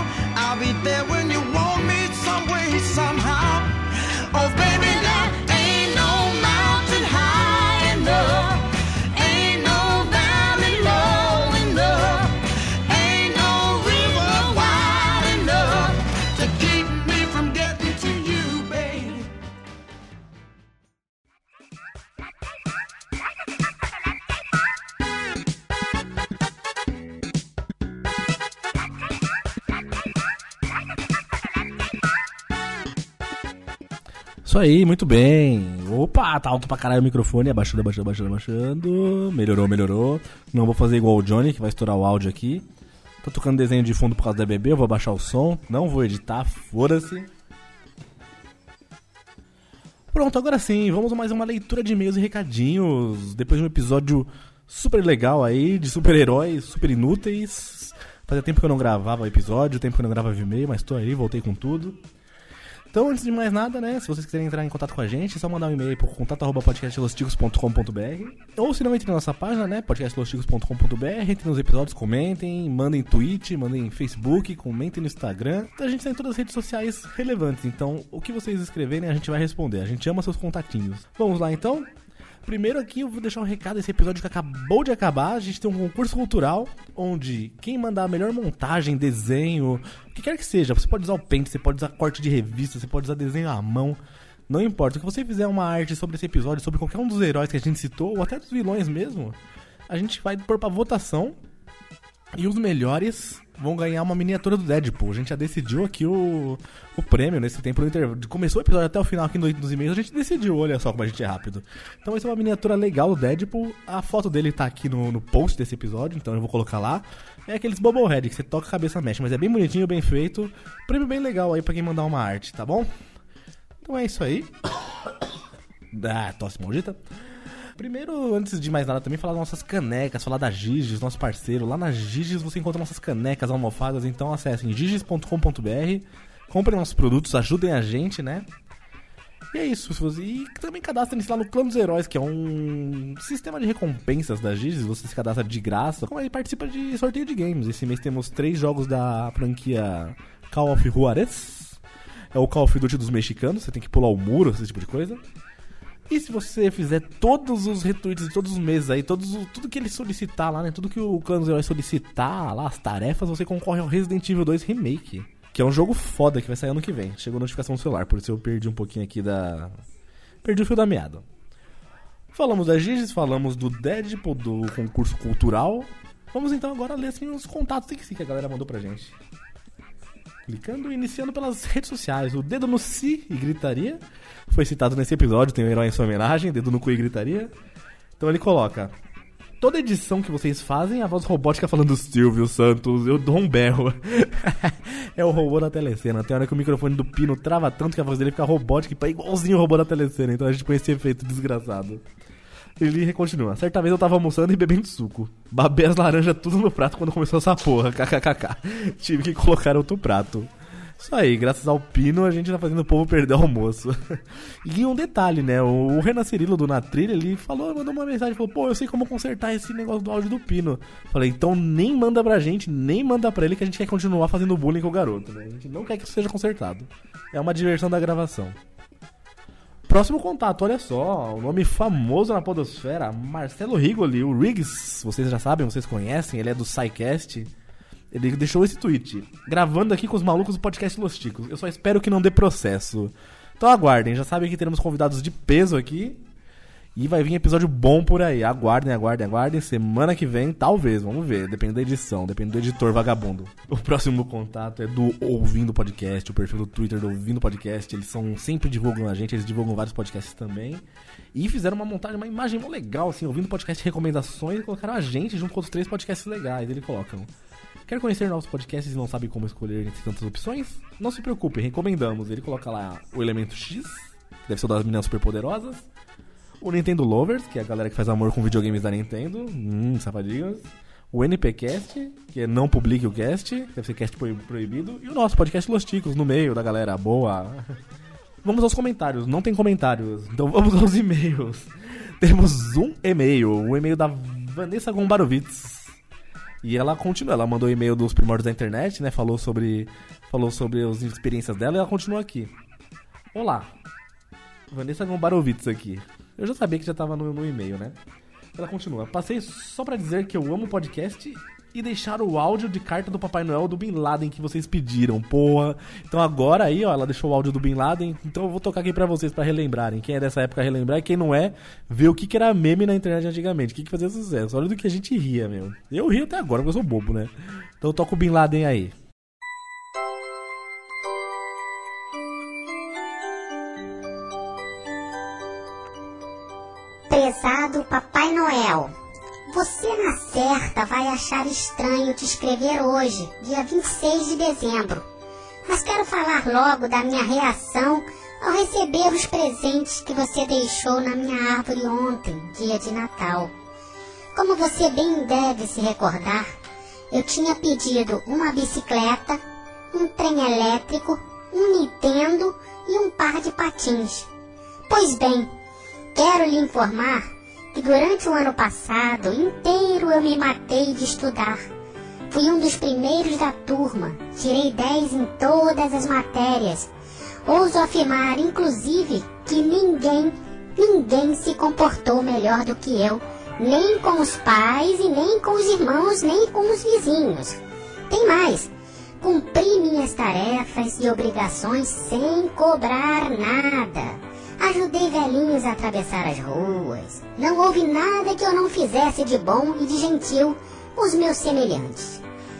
Isso aí, muito bem. Opa, tá alto pra caralho o microfone. Abaixando. Melhorou. Não vou fazer igual o Johnny, que vai estourar o áudio aqui. Tô tocando desenho de fundo por causa da bebê, eu vou abaixar o som. Não vou editar, foda-se. Pronto, agora sim, vamos a mais uma leitura de e-mails e recadinhos. Depois de um episódio super legal aí, de super-heróis, super inúteis. Fazia tempo que eu não gravava episódio, tempo que eu não gravava e-mail, mas tô aí, voltei com tudo. Então, antes de mais nada, né, se vocês quiserem entrar em contato com a gente, é só mandar um e-mail pro contato@podcastlosticos.com.br. Ou se não, entre na nossa página, né, podcastlosticos.com.br, entre nos episódios, comentem, mandem tweet, mandem Facebook, comentem no Instagram. Então, a gente tá em todas as redes sociais relevantes, então o que vocês escreverem a gente vai responder. A gente ama seus contatinhos. Vamos lá, então? Primeiro aqui eu vou deixar um recado, esse episódio que acabou de acabar, a gente tem um concurso cultural, onde quem mandar a melhor montagem, desenho, o que quer que seja, você pode usar o Paint, você pode usar corte de revista, você pode usar desenho à mão, não importa, o que você fizer uma arte sobre esse episódio, sobre qualquer um dos heróis que a gente citou, ou até dos vilões mesmo, a gente vai pôr pra votação, e os melhores vão ganhar uma miniatura do Deadpool. A gente já decidiu aqui o prêmio nesse tempo. Começou o episódio até o final aqui nos e-mails, a gente decidiu, olha só como a gente é rápido. Então vai ser uma miniatura legal do Deadpool. A foto dele tá aqui no post desse episódio, então eu vou colocar lá. É aqueles bobblehead que você toca a cabeça mexe, mas é bem bonitinho, bem feito. Prêmio bem legal aí pra quem mandar uma arte, tá bom? Então é isso aí. Tosse maldita. Primeiro, antes de mais nada, também falar das nossas canecas, falar da Giges, nosso parceiro. Lá na Giges você encontra nossas canecas, almofadas, então acessem giges.com.br, comprem nossos produtos, ajudem a gente, né? E é isso. E também cadastrem-se lá no Clã dos Heróis, que é um sistema de recompensas da Giges. Você se cadastra de graça e participa de sorteio de games. Esse mês temos 3 jogos da franquia Call of Juarez. É o Call of Duty dos mexicanos, você tem que pular o muro, esse tipo de coisa. E se você fizer todos os retweets de todos os meses aí, tudo que ele solicitar lá, né? Tudo que o Clã dos Heróis solicitar lá, as tarefas, você concorre ao Resident Evil 2 Remake. Que é um jogo foda que vai sair ano que vem. Chegou notificação no celular, por isso eu perdi um pouquinho aqui perdi o fio da meada. Falamos da Giges, falamos do Deadpool, do concurso cultural. Vamos então agora ler assim, os contatos que a galera mandou pra gente. Clicando e iniciando pelas redes sociais. O dedo no si e gritaria foi citado nesse episódio, tem um herói em sua homenagem, dedo no cu e gritaria. Então ele coloca: toda edição que vocês fazem, a voz robótica falando Silvio Santos, eu dou um berro. É o robô da telecena. Tem hora que o microfone do Pino trava tanto que a voz dele fica robótica e igualzinho o robô da telecena. Então a gente põe esse efeito desgraçado. Ele continua: certa vez eu tava almoçando e bebendo suco. Babei as laranjas tudo no prato quando começou essa porra. KKKK. Tive que colocar outro prato. Isso aí, graças ao Pino a gente tá fazendo o povo perder o almoço. E um detalhe, né? O Renan Cirilo do Na Trilha, ele mandou uma mensagem, falou: pô, eu sei como consertar esse negócio do áudio do Pino. Falei: então nem manda pra gente, nem manda pra ele, que a gente quer continuar fazendo bullying com o garoto, né? A gente não quer que isso seja consertado. É uma diversão da gravação. Próximo contato, olha só, o nome famoso na podosfera, Marcelo Rigoli, o Riggs, vocês já sabem, vocês conhecem, ele é do SciCast. Ele deixou esse tweet: gravando aqui com os malucos do podcast Los Ticos, eu só espero que não dê processo. Então aguardem, já sabem que teremos convidados de peso aqui. E vai vir episódio bom por aí. Aguardem. Semana que vem, talvez, vamos ver. Depende da edição, depende do editor vagabundo. O próximo contato é do Ouvindo Podcast, o perfil do Twitter do Ouvindo Podcast. Eles sempre divulgam a gente, eles divulgam vários podcasts também. E fizeram uma montagem, uma imagem mó legal, assim, Ouvindo Podcast recomendações, e colocaram a gente junto com os 3 podcasts legais. Eles colocam: quer conhecer novos podcasts e não sabe como escolher entre tantas opções? Não se preocupe, recomendamos. Ele coloca lá o Elemento X, que deve ser o das meninas superpoderosas. O Nintendo Lovers, que é a galera que faz amor com videogames da Nintendo. Safadinhos. O NPcast, que é Não Publique o Cast, deve ser cast proibido. E o nosso podcast Los Ticos, no meio da galera boa. Vamos aos comentários. Não tem comentários, então vamos aos e-mails. Temos um e-mail, o e-mail da Vanessa Gombarovitz. E ela continua, ela mandou e-mail dos primórdios da internet, né? Falou sobre as experiências dela e ela continua aqui. Olá, Vanessa Gombarovitz aqui. Eu já sabia que já tava no e-mail, né? Ela continua: passei só pra dizer que eu amo o podcast e deixar o áudio de carta do Papai Noel do Bin Laden que vocês pediram, porra. Então agora aí, ó, ela deixou o áudio do Bin Laden, então eu vou tocar aqui pra vocês pra relembrarem. Quem é dessa época relembrar e quem não é, ver o que era meme na internet antigamente, o que fazia sucesso. Olha do que a gente ria, meu. Eu rio até agora, porque eu sou bobo, né? Então eu toco o Bin Laden aí. Você na certa vai achar estranho te escrever hoje, dia 26 de dezembro. Mas quero falar logo da minha reação ao receber os presentes que você deixou na minha árvore ontem, dia de Natal. Como você bem deve se recordar, eu tinha pedido uma bicicleta, um trem elétrico, um Nintendo e um par de patins. Pois bem, quero lhe informar que durante o ano passado inteiro eu me matei de estudar. Fui um dos primeiros da turma, tirei 10 em todas as matérias. Ouso afirmar, inclusive, que ninguém se comportou melhor do que eu, nem com os pais e nem com os irmãos, nem com os vizinhos. Tem mais, cumpri minhas tarefas e obrigações sem cobrar nada. Ajudei velhinhos a atravessar as ruas. Não houve nada que eu não fizesse de bom e de gentil com os meus semelhantes.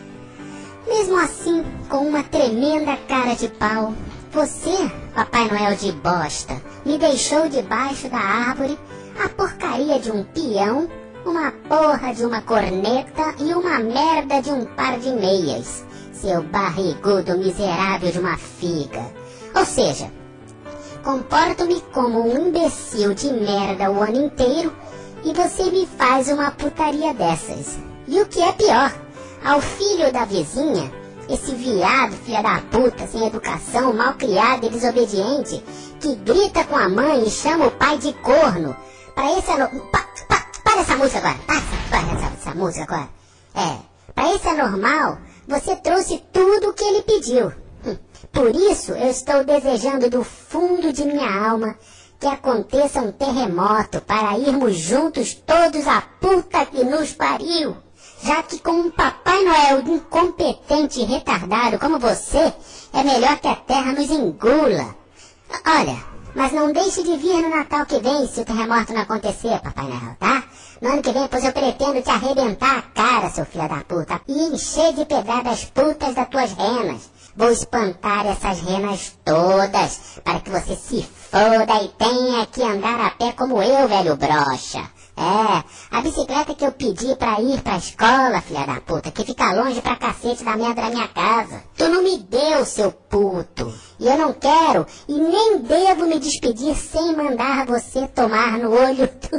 Mesmo assim, com uma tremenda cara de pau, você, Papai Noel de bosta, me deixou debaixo da árvore a porcaria de um peão, uma porra de uma corneta e uma merda de um par de meias, seu barrigudo miserável de uma figa. Ou seja, comporto-me como um imbecil de merda o ano inteiro e você me faz uma putaria dessas. E o que é pior, ao filho da vizinha, esse viado, filha da puta, sem educação, mal criado e desobediente, que grita com a mãe e chama o pai de corno. Para esse para essa música agora. Para essa música agora. Para esse anormal, você trouxe tudo o que ele pediu. Por isso, eu estou desejando do fundo de minha alma que aconteça um terremoto para irmos juntos todos à puta que nos pariu. Já que com um Papai Noel incompetente e retardado como você, é melhor que a terra nos engula. Olha, mas não deixe de vir no Natal que vem se o terremoto não acontecer, Papai Noel, tá? No ano que vem, pois eu pretendo te arrebentar a cara, seu filho da puta, e encher de pedrada as putas das tuas renas. Vou espantar essas renas todas, para que você se foda e tenha que andar a pé como eu, velho broxa. A bicicleta que eu pedi pra ir pra escola, filha da puta, que fica longe pra cacete da merda da minha casa. Tu não me deu, seu puto. E eu não quero e nem devo me despedir sem mandar você tomar no olho do...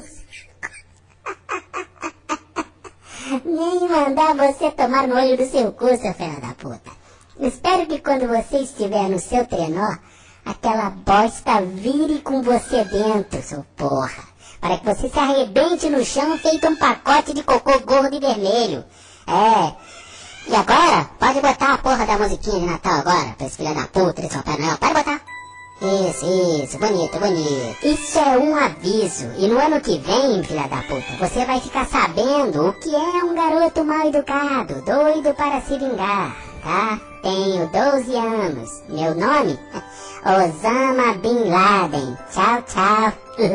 nem mandar você tomar no olho do seu cu, seu filho da puta. Espero que quando você estiver no seu trenó, aquela bosta vire com você dentro, seu porra. Para que você se arrebente no chão feito um pacote de cocô gordo e vermelho. E agora, pode botar a porra da musiquinha de Natal agora, pra esse filho da puta desse Papai Noel. Pode botar. Isso, bonito. Isso é um aviso. E no ano que vem, filha da puta, você vai ficar sabendo o que é um garoto mal educado, doido para se vingar, tá? Tenho 12 anos. Meu nome? Osama Bin Laden. Tchau.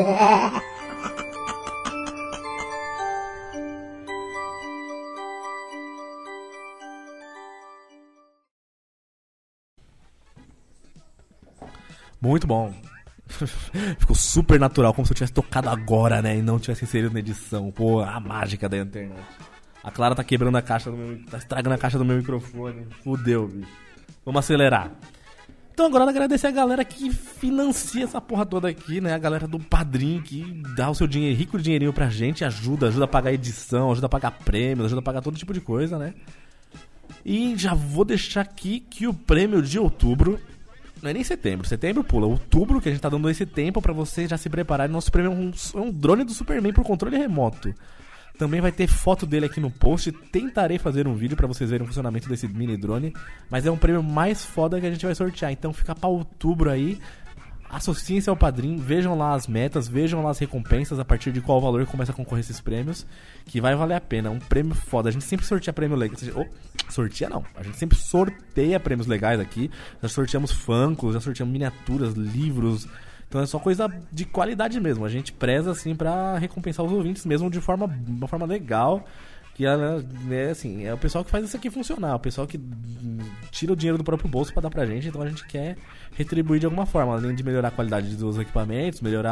Muito bom. Ficou super natural, como se eu tivesse tocado agora, né? E não tivesse inserido na edição. Pô, a mágica da internet. A Clara tá quebrando a caixa do meu... Tá estragando a caixa do meu microfone. Fudeu, bicho. Vamos acelerar. Então agora agradecer a galera que financia essa porra toda aqui, né? A galera do Padrim que dá o seu dinheiro, rico dinheirinho pra gente. Ajuda a pagar edição, ajuda a pagar prêmios, ajuda a pagar todo tipo de coisa, né? E já vou deixar aqui que o prêmio de outubro... Não é nem setembro pula. Outubro, que a gente tá dando esse tempo pra vocês já se prepararem. Nosso prêmio é um drone do Superman por controle remoto. Também vai ter foto dele aqui no post. Tentarei fazer um vídeo pra vocês verem o funcionamento desse mini drone. Mas é um prêmio mais foda que a gente vai sortear. Então fica pra outubro aí. Associem-se ao Padrim, vejam lá as metas, vejam lá as recompensas, a partir de qual valor começa a concorrer esses prêmios, que vai valer a pena, é um prêmio foda. A gente sempre sorteia prêmio legal, sorteia não, a gente sempre sorteia prêmios legais aqui, já sorteamos Funkos, já sorteamos miniaturas, livros, então é só coisa de qualidade mesmo, a gente preza assim pra recompensar os ouvintes mesmo de uma forma legal, que assim, é o pessoal que faz isso aqui funcionar, o pessoal que tira o dinheiro do próprio bolso pra dar pra gente, então a gente quer retribuir de alguma forma, além de melhorar a qualidade dos equipamentos, melhorar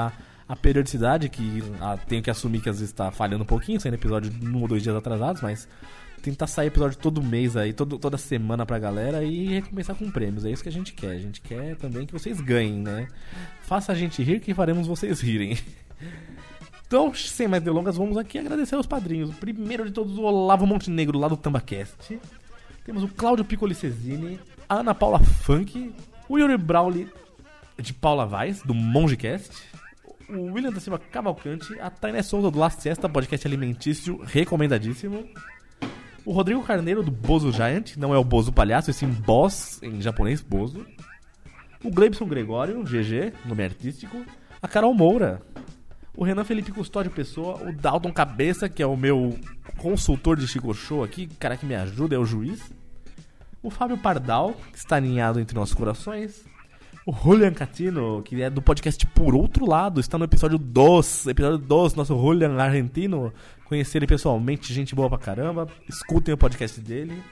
a periodicidade, que tenho que assumir que às vezes tá falhando um pouquinho, saindo episódio 1 ou 2 dias atrasados, mas tentar sair episódio todo mês aí, toda semana pra galera e recompensar com prêmios. É isso que a gente quer. A gente quer também que vocês ganhem, né? Faça a gente rir que faremos vocês rirem. Então, sem mais delongas, vamos aqui agradecer aos padrinhos. O primeiro de todos, o Olavo Montenegro, lá do Tambacast. Temos o Cláudio Piccoli Cesini, a Ana Paula Funk, o Yuri Brauli de Paula Vaz, do Mongecast, o William da Silva Cavalcante, a Tainé Souza do La Siesta, podcast alimentício recomendadíssimo, o Rodrigo Carneiro do Bozo Giant, não é o Bozo Palhaço, e sim Boss, em japonês, Bozo, o Gleibson Gregório, GG, nome artístico, a Carol Moura, o Renan Felipe Custódio Pessoa, o Dalton Cabeça, que é o meu consultor de Chico Show aqui, o cara que me ajuda, é o juiz, o Fábio Pardal, que está aninhado entre nossos corações, o Julian Catino, que é do podcast Por Outro Lado, está no episódio 2, nosso Julian argentino, conheci ele pessoalmente, gente boa pra caramba, escutem o podcast dele.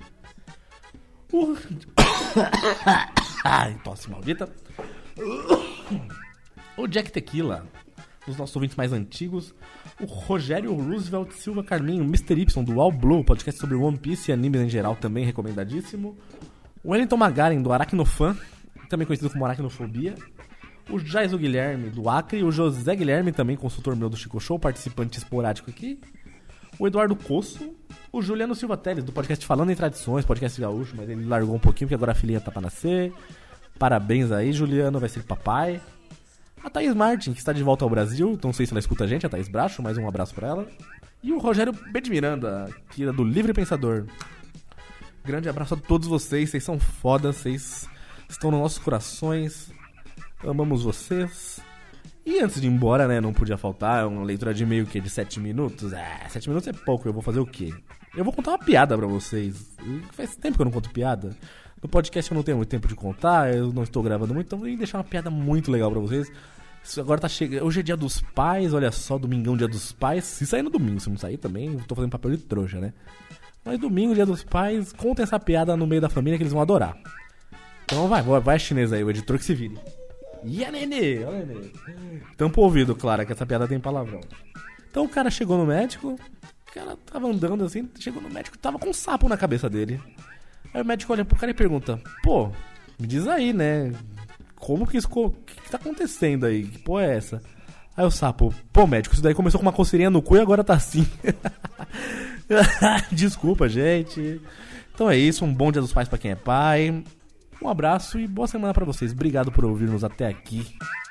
Ai, tosse maldita. O Jack Tequila, dos nossos ouvintes mais antigos, o Rogério Roosevelt Silva Carminho, Mr. Y, do All Blue, podcast sobre One Piece e animes em geral, também recomendadíssimo. O Wellington Magaren, do Aracnofan, também conhecido como Aracnofobia. O Jaiso Guilherme, do Acre. O José Guilherme, também consultor meu do Chico Show, participante esporádico aqui. O Eduardo Cosso. O Juliano Silva Teles, do podcast Falando em Tradições, podcast gaúcho, mas ele largou um pouquinho porque agora a filhinha tá pra nascer. Parabéns aí, Juliano, vai ser papai. A Thaís Martin, que está de volta ao Brasil, não sei se ela escuta a gente, a Thaís Bracho, mais um abraço pra ela. E o Rogério B. de Miranda, que é do Livre Pensador. Grande abraço a todos vocês são fodas, vocês estão nos nossos corações, amamos vocês. E antes de ir embora, né, não podia faltar uma leitura de e-mail que é de 7 minutos. 7 minutos é pouco, eu vou fazer o quê? Eu vou contar uma piada pra vocês. Faz tempo que eu não conto piada. No podcast eu não tenho muito tempo de contar, eu não estou gravando muito, então eu vou deixar uma piada muito legal pra vocês. Isso agora tá chegando. Hoje é dia dos pais, olha só, domingão, dia dos pais. Se sair no domingo, se não sair também, eu tô fazendo papel de trouxa, né? Mas domingo, dia dos pais, contem essa piada no meio da família que eles vão adorar. Então vai chinês aí, o editor que se vire. E a nenê, olha a nenê. Tampa o ouvido, claro, que essa piada tem palavrão. Então o cara chegou no médico, o cara tava andando assim, chegou no médico e tava com um sapo na cabeça dele. Aí o médico olha pro cara e pergunta, pô, me diz aí, né, como que isso, o que tá acontecendo aí, que porra é essa? Aí o sapo, pô médico, isso daí começou com uma coceirinha no cu e agora tá assim. Desculpa, gente. Então é isso, um bom dia dos pais pra quem é pai. Um abraço e boa semana pra vocês. Obrigado por ouvir-nos até aqui.